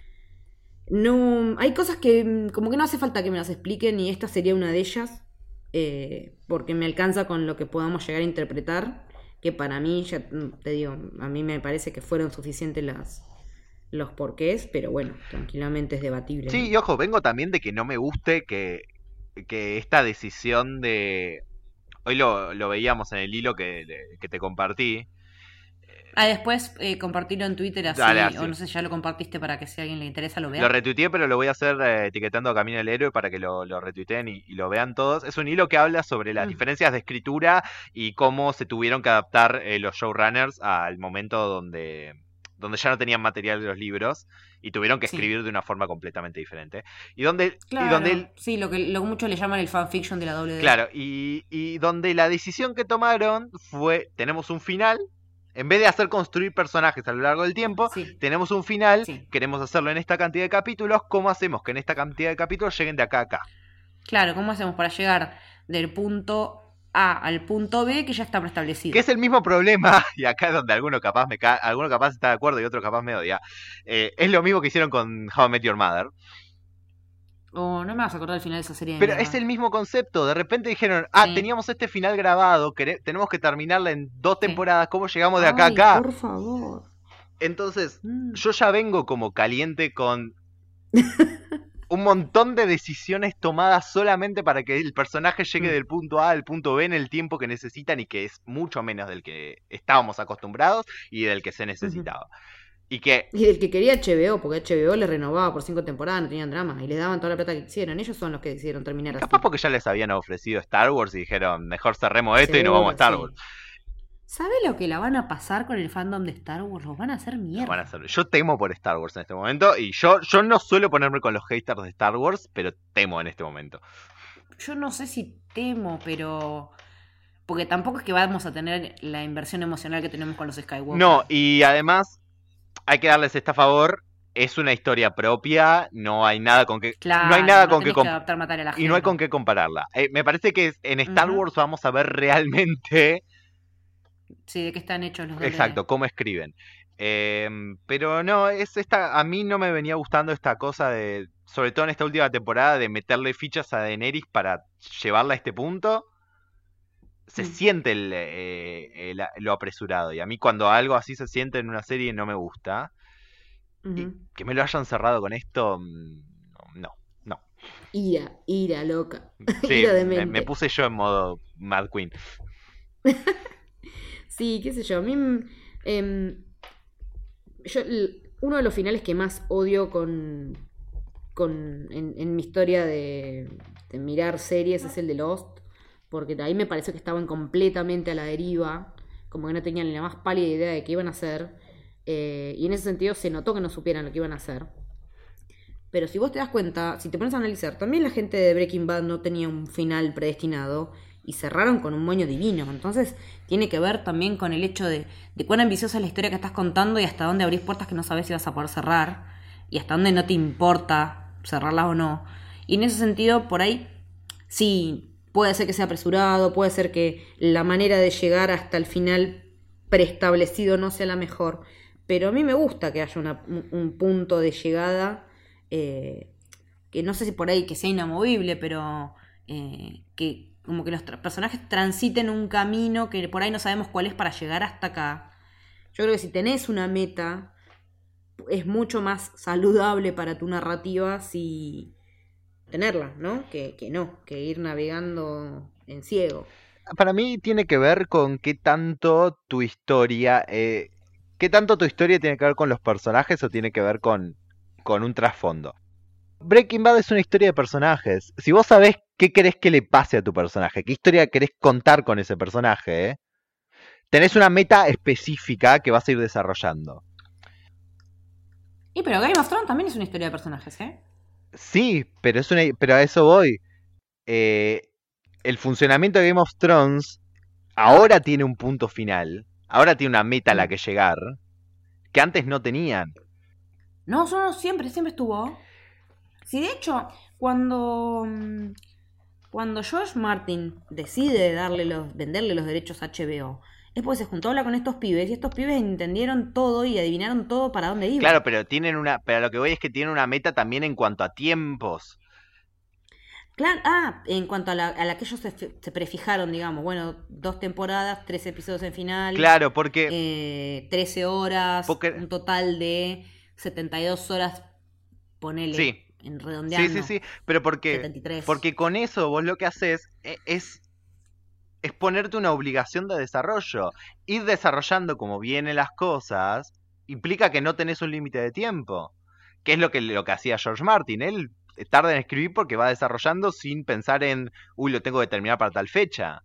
No, hay cosas que mm, como que no hace falta que me las expliquen y esta sería una de ellas, eh, porque me alcanza con lo que podamos llegar a interpretar, que para mí, ya mm, te digo, a mí me parece que fueron suficientes las, los porqués, pero bueno, tranquilamente es debatible, Sí, ¿no? y ojo, vengo también de que no me guste que, que esta decisión de... Hoy lo, lo veíamos en el hilo que, que te compartí. Ah, después eh, compartirlo en Twitter así, Dale, o así. no sé, ya lo compartiste para que si a alguien le interesa lo vea. Lo retuiteé, pero lo voy a hacer eh, etiquetando a Camino del Héroe para que lo, lo retuiteen y, y lo vean todos. Es un hilo que habla sobre las Mm. diferencias de escritura y cómo se tuvieron que adaptar eh, los showrunners al momento donde, donde ya no tenían material de los libros y tuvieron que Sí. escribir de una forma completamente diferente. Y donde, Claro, y donde el- sí, lo que lo que muchos le llaman el fanfiction de la doble D. Claro, y, y donde la decisión que tomaron fue, tenemos un final, en vez de hacer construir personajes a lo largo del tiempo, Sí. tenemos un final, Sí. queremos hacerlo en esta cantidad de capítulos, ¿cómo hacemos que en esta cantidad de capítulos lleguen de acá a acá? Claro, ¿cómo hacemos para llegar del punto A al punto B que ya está preestablecido? Que es el mismo problema, y acá es donde alguno capaz me ca alguno capaz está de acuerdo y otro capaz me odia. Eh, es lo mismo que hicieron con How I Met Your Mother. Oh, no me vas a acordar del final de esa serie de Pero mierda. es el mismo concepto. De repente dijeron, ah, Sí. teníamos este final grabado, quere- tenemos que terminarla en dos Sí. temporadas, ¿cómo llegamos de acá a Ay, acá? por favor. Entonces, Mm. yo ya vengo como caliente con un montón de decisiones tomadas solamente para que el personaje llegue Mm. del punto A al punto B en el tiempo que necesitan y que es mucho menos del que estábamos acostumbrados y del que se necesitaba. Y que, Y del que quería H B O, porque H B O le renovaba por cinco temporadas, no tenían drama, y les daban toda la plata que quisieron. Ellos son los que decidieron terminar así. capaz porque ya les habían ofrecido Star Wars y dijeron, mejor cerremos esto y nos Seguro, vamos a Star sí. Wars. ¿Sabe lo que la van a pasar con el fandom de Star Wars? Los van a hacer Nos mierda. van a hacer- Yo temo por Star Wars en este momento y yo, yo no suelo ponerme con los haters de Star Wars, pero temo en este momento. Yo no sé si temo, pero... Porque tampoco es que vamos a tener la inversión emocional que tenemos con los Skywalker. No, y además hay que darles este favor, es una historia propia, no hay nada con que Claro, no hay nada con tenés que, comp- adaptar, matar a la y no hay gente. con qué compararla. Eh, me parece que en Star Ujú. Wars vamos a ver realmente Sí, de qué están hechos los doble D. exacto cómo escriben. Eh, pero no, es esta a mí no me venía gustando esta cosa de, sobre todo en esta última temporada, de meterle fichas a Daenerys para llevarla a este punto. Se Mm. siente el, eh, el- lo apresurado y a mí cuando algo así se siente en una serie no me gusta. Y Ujú. que me lo hayan cerrado con esto, mm, no, no. Ira, ira loca. Sí, Ira de me, mente. me puse yo en modo Mad Queen. Sí, qué sé yo. A mí. mm, em, yo, l- uno de los finales que más odio con. con en, en mi historia de, de mirar series es el de Lost. Porque ahí me pareció que estaban completamente a la deriva. Como que no tenían ni la más pálida idea de qué iban a hacer. Eh, y en ese sentido se notó que no supieran lo que iban a hacer. Pero si vos te das cuenta, si te pones a analizar, también la gente de Breaking Bad no tenía un final predestinado y cerraron con un moño divino. Entonces tiene que ver también con el hecho de, de cuán ambiciosa es la historia que estás contando y hasta dónde abrís puertas que no sabes si vas a poder cerrar y hasta dónde no te importa cerrarlas o no. Y en ese sentido, por ahí, sí, puede ser que sea apresurado, puede ser que la manera de llegar hasta el final preestablecido no sea la mejor, pero a mí me gusta que haya una- un, un punto de llegada eh, que no sé si por ahí que sea inamovible, pero eh, que como que los tra- personajes transiten un camino que por ahí no sabemos cuál es para llegar hasta acá. Yo creo que si tenés una meta, es mucho más saludable para tu narrativa si tenerla, ¿no? Que, que no, que ir navegando en ciego. Para mí tiene que ver con qué tanto tu historia, eh, qué tanto tu historia tiene que ver con los personajes o tiene que ver con, con un trasfondo. Breaking Bad es una historia de personajes. Si vos sabés qué querés que le pase a tu personaje, qué historia querés contar con ese personaje, ¿eh? Tenés una meta específica que vas a ir desarrollando. Y pero Game of Thrones también es una historia de personajes, ¿eh? Sí, pero es una, pero a eso voy. Eh, el funcionamiento de Game of Thrones ahora tiene un punto final. Ahora tiene una meta a la Mm. que llegar. Que antes no tenían. No, solo siempre, siempre estuvo. Sí, de hecho, cuando, mm, cuando George Martin decide darle los, venderle los derechos a H B O, es porque se juntó a hablar con estos pibes y estos pibes entendieron todo y adivinaron todo para dónde iba. Claro, pero tienen una. Pero lo que voy es que tienen una meta también en cuanto a tiempos. Claro, ah, en cuanto a la, a la que ellos se, se prefijaron, digamos, bueno, dos temporadas, tres episodios en final, Claro, porque. eh, trece horas, porque un total de setenta y dos horas, ponele, sí. en Sí, redondeando, sí, sí. Pero porque. setenta y tres. Porque con eso vos lo que haces e- es. Es ponerte una obligación de desarrollo. Ir desarrollando como vienen las cosas implica que no tenés un límite de tiempo. Que es lo que, lo que hacía George Martin. Él tarda en escribir porque va desarrollando sin pensar en, uy, lo tengo que terminar para tal fecha.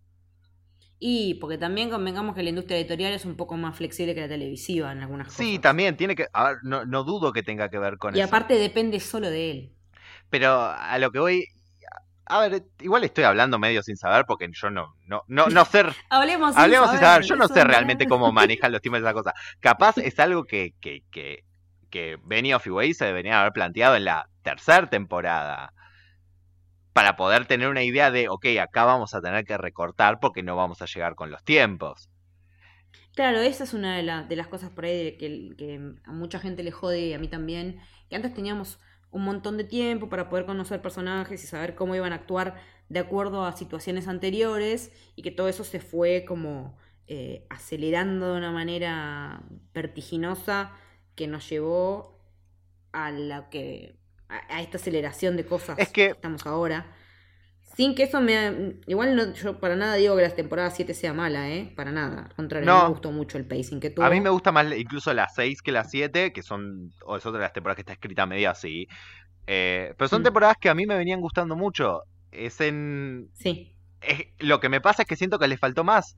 Y porque también convengamos que la industria editorial es un poco más flexible que la televisiva en algunas Sí, cosas. también tiene que. A ver, no, no dudo que tenga que ver con Y eso. aparte depende solo de él. Pero a lo que voy. A ver, igual estoy hablando medio sin saber porque yo no, no, no, no sé. Hablemos sin Hablemos sin saber, saber, yo no eso sé es realmente mal. cómo manejan los tiempos de esa cosa. Capaz es algo que, que, que, que Benioff y Weiss se deberían haber planteado en la tercera temporada. Para poder tener una idea de, ok, acá vamos a tener que recortar porque no vamos a llegar con los tiempos. Claro, esa es una de, la- de las cosas por ahí de que, que a mucha gente le jode y a mí también, que antes teníamos un montón de tiempo para poder conocer personajes y saber cómo iban a actuar de acuerdo a situaciones anteriores y que todo eso se fue como eh, acelerando de una manera vertiginosa que nos llevó a la que a, a esta aceleración de cosas Es que que, estamos ahora. Sin que eso me... Igual no, yo para nada digo que la temporada siete sea mala, ¿eh? Para nada. Al contrario, a mí me no, gustó mucho el pacing que tuvo. a mí me gusta más incluso las seis que las siete, que son, o es otra de las temporadas que está escrita media así. Eh, pero son Mm, temporadas que a mí me venían gustando mucho. Es en... sí, es- lo que me pasa es que siento que les faltó más.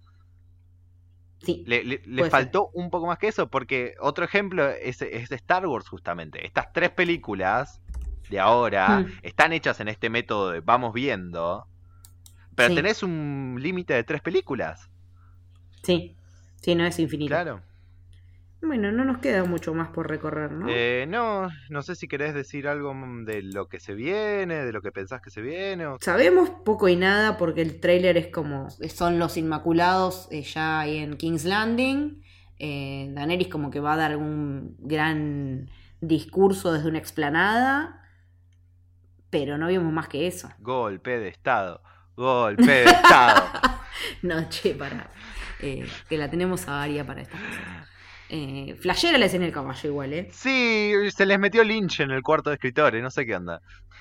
sí, Le, le- le puede ser. faltó un poco más que eso, porque otro ejemplo es, es de Star Wars justamente. Estas tres películas de ahora Mm, están hechas en este método de vamos viendo, pero sí, tenés un límite de tres películas. sí. Sí, no es infinito. Claro. Bueno, no nos queda mucho más por recorrer, ¿no? Eh, no, no sé si querés decir algo mm, de lo que se viene, de lo que pensás que se viene. O... Sabemos poco y nada porque el tráiler es como... Son los Inmaculados eh, ya ahí en King's Landing. Eh, Daenerys como que va a dar algún gran discurso desde una explanada. Pero no vimos más que eso. Golpe de estado, golpe de estado. No, che, para. Eh, que la tenemos a Aria para estas cosas. Eh, flashera la escena del caballo igual, ¿eh? Sí, se les metió Lynch en el cuarto de escritores, no sé qué onda.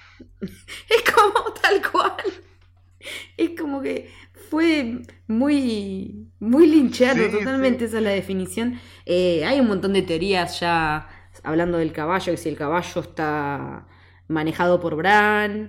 Es como tal cual. Es como que fue muy, muy linchado Sí, totalmente, sí. esa es la definición. Eh, hay un montón de teorías ya hablando del caballo, que si el caballo está manejado por Bran.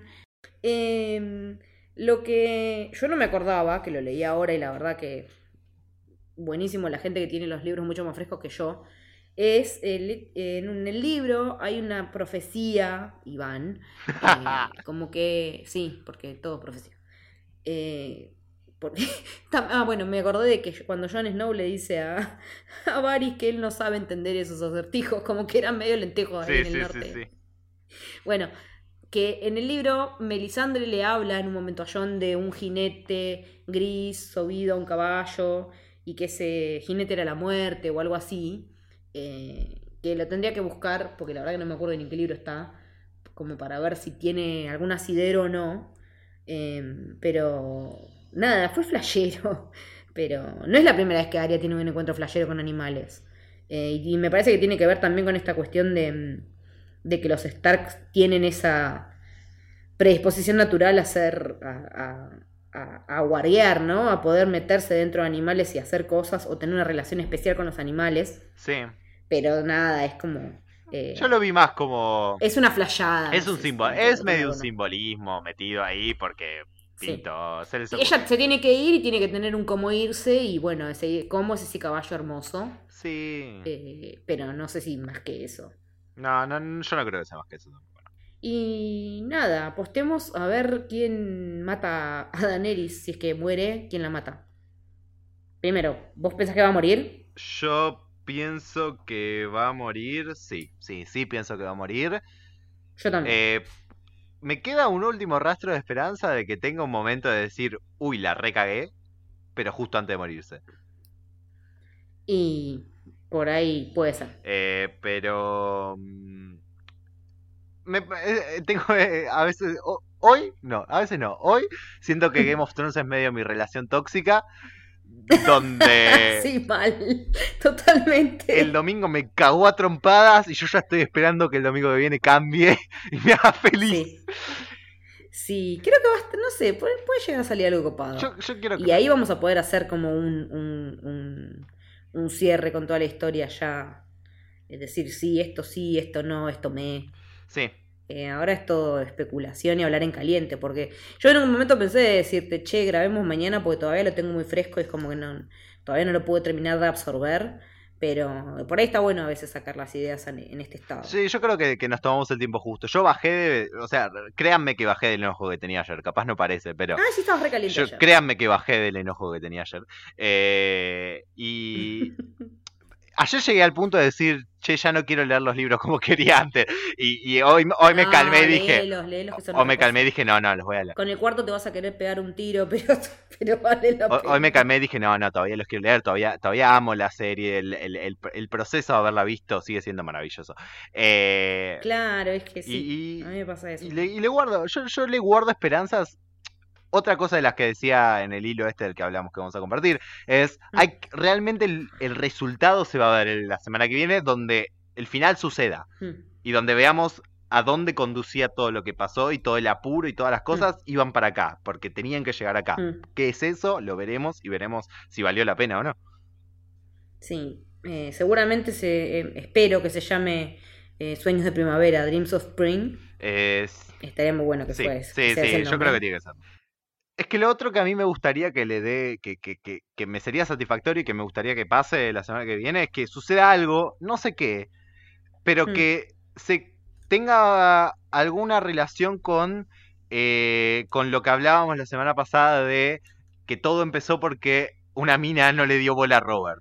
Eh, lo que yo no me acordaba, que lo leí ahora y la verdad que buenísimo la gente que tiene los libros mucho más frescos que yo, es el, en el libro hay una profecía, Iván, eh, como que, sí, porque todo es profecía. Eh, porque, ah, bueno, me acordé de que cuando Jon Snow le dice a, a Varys que él no sabe entender esos acertijos, como que eran medio lentejos ahí Sí, en el sí, norte. sí, sí. Bueno, que en el libro Melisandre le habla en un momento a Jon de un jinete gris subido a un caballo y que ese jinete era la muerte o algo así, eh, que lo tendría que buscar porque la verdad que no me acuerdo ni en qué libro está, como para ver si tiene algún asidero o no, eh, pero nada, fue flashero, pero no es la primera vez que Arya tiene un encuentro flashero con animales, eh, y me parece que tiene que ver también con esta cuestión de de que los Starks tienen esa predisposición natural a ser, a, a, a, a guardiar, ¿no? A poder meterse dentro de animales y hacer cosas o tener una relación especial con los animales. Sí. Pero nada, es como... Eh, Yo lo vi más como... es una flayada. Es no un sé si símbolo, tanto, es medio pero un bueno. simbolismo metido ahí porque Sí. Pinto, se les Sí, ocurrió. ella se tiene que ir y tiene que tener un cómo irse y bueno, ese cómo es ese caballo hermoso. Sí. Eh, pero no sé si más que eso. No, no, yo no creo que sea más que eso tampoco. Y nada, apostemos a ver quién mata a Daenerys, si es que muere, quién la mata. Primero, ¿vos pensás que va a morir? Yo pienso que va a morir. Sí, sí, sí pienso que va a morir. Yo también. Eh, me queda un último rastro de esperanza de que tenga un momento de decir, uy, la recagué, pero justo antes de morirse. Y por ahí puede ser. Eh, pero... mm, me, eh, tengo eh, a veces... o- hoy, no, a veces no. Hoy siento que Game of Thrones es medio mi relación tóxica, donde Sí, mal. Totalmente. el domingo me cagó a trompadas y yo ya estoy esperando que el domingo que viene cambie y me haga feliz. Sí. Sí, creo que va a estar, no sé, puede, puede llegar a salir algo copado. Yo, yo quiero Y que... ahí vamos a poder hacer como un, un, un, un cierre con toda la historia ya. Es decir, sí, esto sí, esto no, esto me... Sí, Eh, ahora es todo especulación y hablar en caliente, porque yo en un momento pensé de decirte, che, grabemos mañana porque todavía lo tengo muy fresco y es como que no, todavía no lo puedo terminar de absorber, pero por ahí está bueno a veces sacar las ideas en, en este estado. sí, yo creo que, que nos tomamos el tiempo justo. Yo bajé de... O sea, créanme que bajé del enojo que tenía ayer. Capaz no parece, pero... Ah, sí, estabas recaliente Yo, ayer. créanme que bajé del enojo que tenía ayer. Eh, y ayer llegué al punto de decir, che, ya no quiero leer los libros como quería antes. Y, y hoy, hoy me Ah, calmé y dije... léelos, léelos, que son Hoy me otra calmé y cosa. dije, no, no, los voy a leer. Con el cuarto te vas a querer pegar un tiro, pero, pero vale la Hoy, pena. hoy me calmé y dije, no, no, todavía los quiero leer, todavía, todavía amo la serie, el, el, el, el proceso de haberla visto sigue siendo maravilloso. Eh, Claro, es que sí, y, a mí me pasa eso. y, le, y le guardo, yo, yo le guardo esperanzas. Otra cosa de las que decía en el hilo este del que hablamos que vamos a compartir es, Mm. hay realmente el, el resultado se va a ver la semana que viene donde el final suceda Mm. y donde veamos a dónde conducía todo lo que pasó y todo el apuro y todas las cosas iban para acá, porque tenían que llegar acá. Mm. ¿Qué es eso? Lo veremos y veremos si valió la pena o no. Sí, eh, seguramente se, eh, espero que se llame eh, Sueños de Primavera, Dreams of Spring. Es... Estaría muy bueno que Sí, fuese. que sí, sea ese sí, el yo nombre. creo que tiene que ser. Es que lo otro que a mí me gustaría que le dé, que, que, que, que me sería satisfactorio y que me gustaría que pase la semana que viene es que suceda algo, no sé qué, pero Mm. que se tenga alguna relación con, eh, con lo que hablábamos la semana pasada de que todo empezó porque una mina no le dio bola a Robert.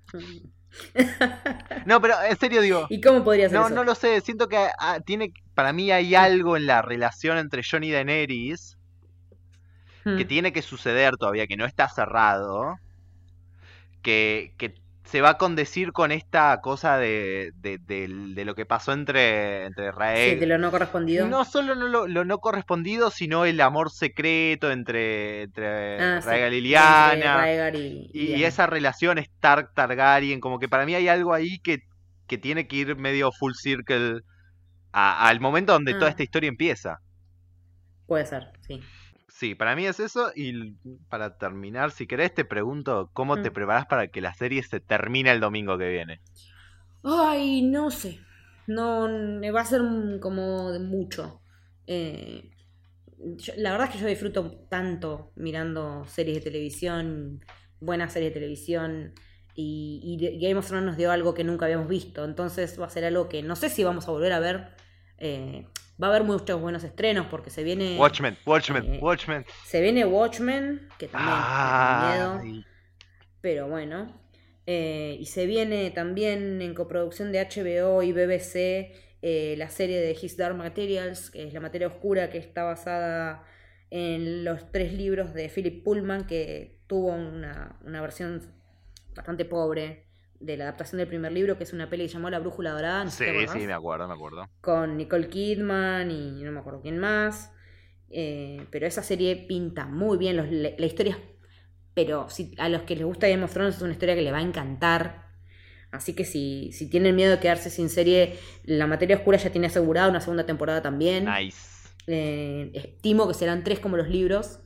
No, pero en serio digo, ¿Y cómo podría ser no, eso? no lo sé, siento que ah, tiene, para mí hay algo en la relación entre Jon y Daenerys Mm. que tiene que suceder todavía, que no está cerrado, que, que se va a condecir con esta cosa de, de, de, de lo que pasó entre, entre Sí, Raeg. de lo no correspondido. No solo no, lo, lo no correspondido, sino el amor secreto entre, entre Ah, sí, Rhaegar y entre Lyanna. Rhaegar y, Y, y Lyanna. esa relación Stark-Targaryen, como que para mí hay algo ahí que, que tiene que ir medio full circle a- al momento donde Ah. toda esta historia empieza. Puede ser, sí. Sí, para mí es eso. Y l- para terminar, si querés, te pregunto cómo te Mm. preparás para que la serie se termine el domingo que viene. Ay, no sé. No, me va a ser un- como de mucho. Eh, yo- la verdad es que yo disfruto tanto mirando series de televisión, buenas series de televisión, y, y de- Game of Thrones nos dio algo que nunca habíamos visto. Entonces va a ser algo que no sé si vamos a volver a ver. Eh, va a haber muchos buenos estrenos porque se viene. Watchmen, Watchmen, eh, Watchmen. Se viene Watchmen, que también me da miedo. Ay, Pero bueno. Eh, y se viene también en coproducción de H B O y B B C eh, la serie de His Dark Materials, que es la materia oscura, que está basada en los tres libros de Philip Pullman, que tuvo una, una versión bastante pobre de la adaptación del primer libro, que es una peli que se llamó La Brújula Dorada. No sé si sí, te acordás. sí, me acuerdo, me acuerdo. Con Nicole Kidman y no me acuerdo quién más. Eh, pero esa serie pinta muy bien. Los, la, la historia, pero si, a los que les gusta Game of Thrones es una historia que les va a encantar. Así que si, si tienen miedo de quedarse sin serie, La Materia Oscura ya tiene asegurada una segunda temporada también. Nice. Eh, estimo que serán tres como los libros.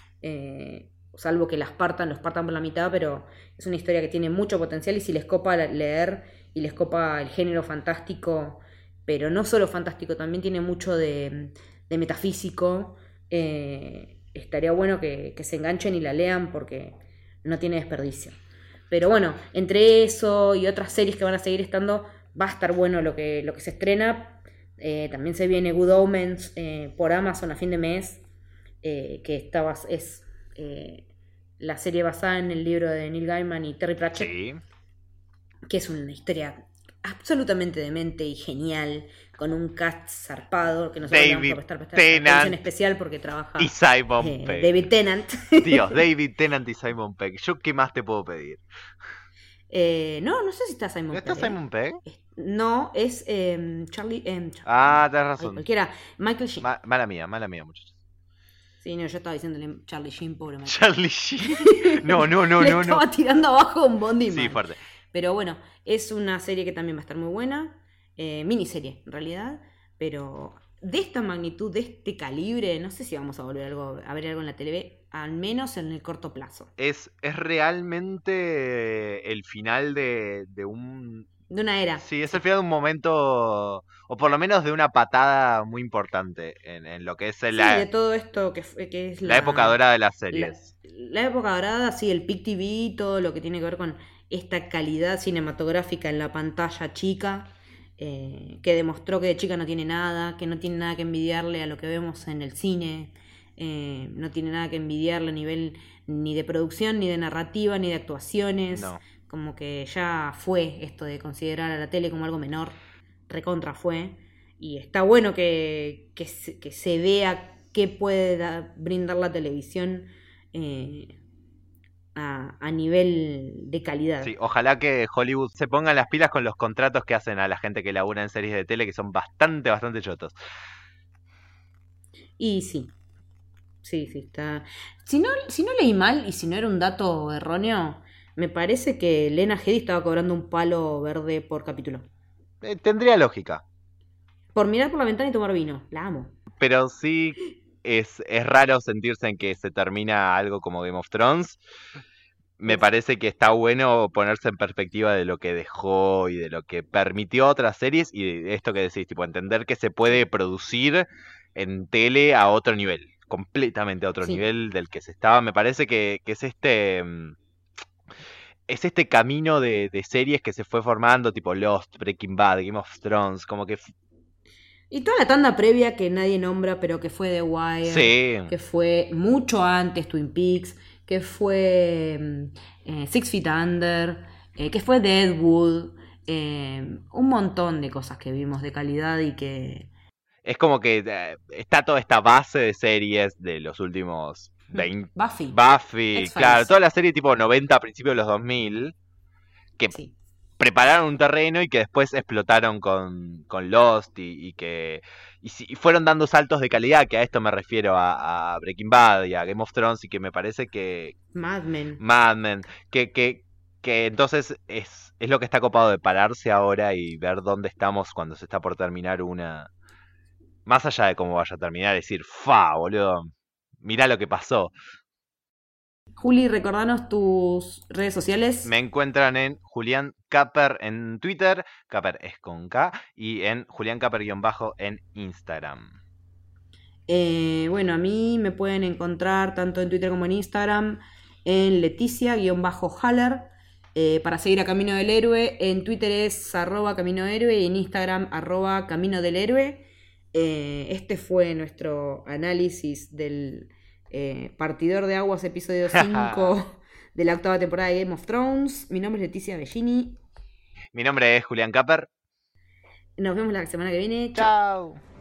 Eh, salvo que las partan, los partan por la mitad, pero es una historia que tiene mucho potencial y si les copa leer y les copa el género fantástico, pero no solo fantástico, también tiene mucho de, de metafísico, eh, estaría bueno que, que se enganchen y la lean porque no tiene desperdicio. Pero bueno, entre eso y otras series que van a seguir estando, va a estar bueno lo que, lo que se estrena. Eh, también se viene Good Omens eh, por Amazon a fin de mes, eh, que esta bas- es eh, la serie basada en el libro de Neil Gaiman y Terry Pratchett, Sí. que es una historia absolutamente demente y genial, con un cast zarpado, que nosotros le vamos David a prestar, prestar Tennant atención especial porque trabaja Y Simon eh, Pegg. David Tennant. Dios, David Tennant y Simon Pegg. ¿Yo qué más te puedo pedir? Eh, no, no sé si está Simon ¿No está Pegg. ¿eh? Simon Pegg? Es- No, es eh, Charlie. eh, Char- Ah, tenés ay, razón. cualquiera. Michael Sheen. Ma- mala mía, mala mía, muchachos. Sí, no, yo estaba diciéndole Charlie Sheen, pobre Michael. Charlie Sheen. No, no, no, Le no, no. estaba tirando abajo un Bondi. Sí, fuerte. Pero bueno, es una serie que también va a estar muy buena. Eh, miniserie, en realidad. Pero de esta magnitud, de este calibre, no sé si vamos a volver algo, a ver algo en la tele, al menos en el corto plazo. Es, es realmente el final de, de un... De una era. Sí, es el final de un momento, o por lo menos de una patada muy importante en, en lo que es Sí, la, de todo esto que, fue- que es la época dorada de las series. La, la época dorada, sí, el P I C T V, todo lo que tiene que ver con esta calidad cinematográfica en la pantalla chica, eh, que demostró que de chica no tiene nada, que no tiene nada que envidiarle a lo que vemos en el cine, eh, no tiene nada que envidiarle a nivel ni de producción, ni de narrativa, ni de actuaciones. No. Como que ya fue esto de considerar a la tele como algo menor, recontra fue. Y está bueno que, que, se, que se vea qué puede da- brindar la televisión eh, a, a nivel de calidad. Sí, ojalá que Hollywood se ponga las pilas con los contratos que hacen a la gente que labura en series de tele, que son bastante, bastante chotos. Y sí, sí, sí, está. Si no, si no leí mal y si no era un dato erróneo, me parece que Lena Headey estaba cobrando un palo verde por capítulo. Eh, tendría lógica, Por mirar por la ventana y tomar vino. La amo. pero sí es, es raro sentirse en que se termina algo como Game of Thrones. Me Uf. parece que está bueno ponerse en perspectiva de lo que dejó y de lo que permitió a otras series y de esto que decís, tipo, entender que se puede producir en tele a otro nivel, completamente a otro Sí. nivel del que se estaba. Me parece que, que es este... mm, es este camino de, de series que se fue formando, tipo Lost, Breaking Bad, Game of Thrones, como que... f- Y toda la tanda previa que nadie nombra, pero que fue The Wire, Sí, que fue mucho antes Twin Peaks, que fue mm, eh, Six Feet Under, eh, que fue Deadwood, eh, un montón de cosas que vimos de calidad y que... es como que eh, está toda esta base de series de los últimos veinte... Buffy. Buffy, X-Files. claro, toda la serie tipo noventa a principios de los dos mil, que Sí. prepararon un terreno y que después explotaron con, con Lost y, y que y, si- y fueron dando saltos de calidad, que a esto me refiero a, a Breaking Bad y a Game of Thrones, y que me parece que Mad Men. Mad Men, que, que, que entonces es, es lo que está copado de pararse ahora y ver dónde estamos cuando se está por terminar una... Más allá de cómo vaya a terminar, decir, fa, boludo, mirá lo que pasó. Juli, recordanos tus redes sociales. Me encuentran en Julián Caper en Twitter, Caper es con K, y en Julián Caper-bajo en Instagram. Eh, bueno, a mí me pueden encontrar tanto en Twitter como en Instagram en Leticia-Haller. Eh, para seguir a Camino del Héroe, en Twitter es arroba Camino Héroe y en Instagram arroba Camino del Héroe. Eh, este fue nuestro análisis del eh, Partidor de Aguas, episodio cinco de la octava temporada de Game of Thrones. Mi nombre es Leticia Bellini. Mi nombre es Julián Caper. Nos vemos la semana que viene. Chao. Chao.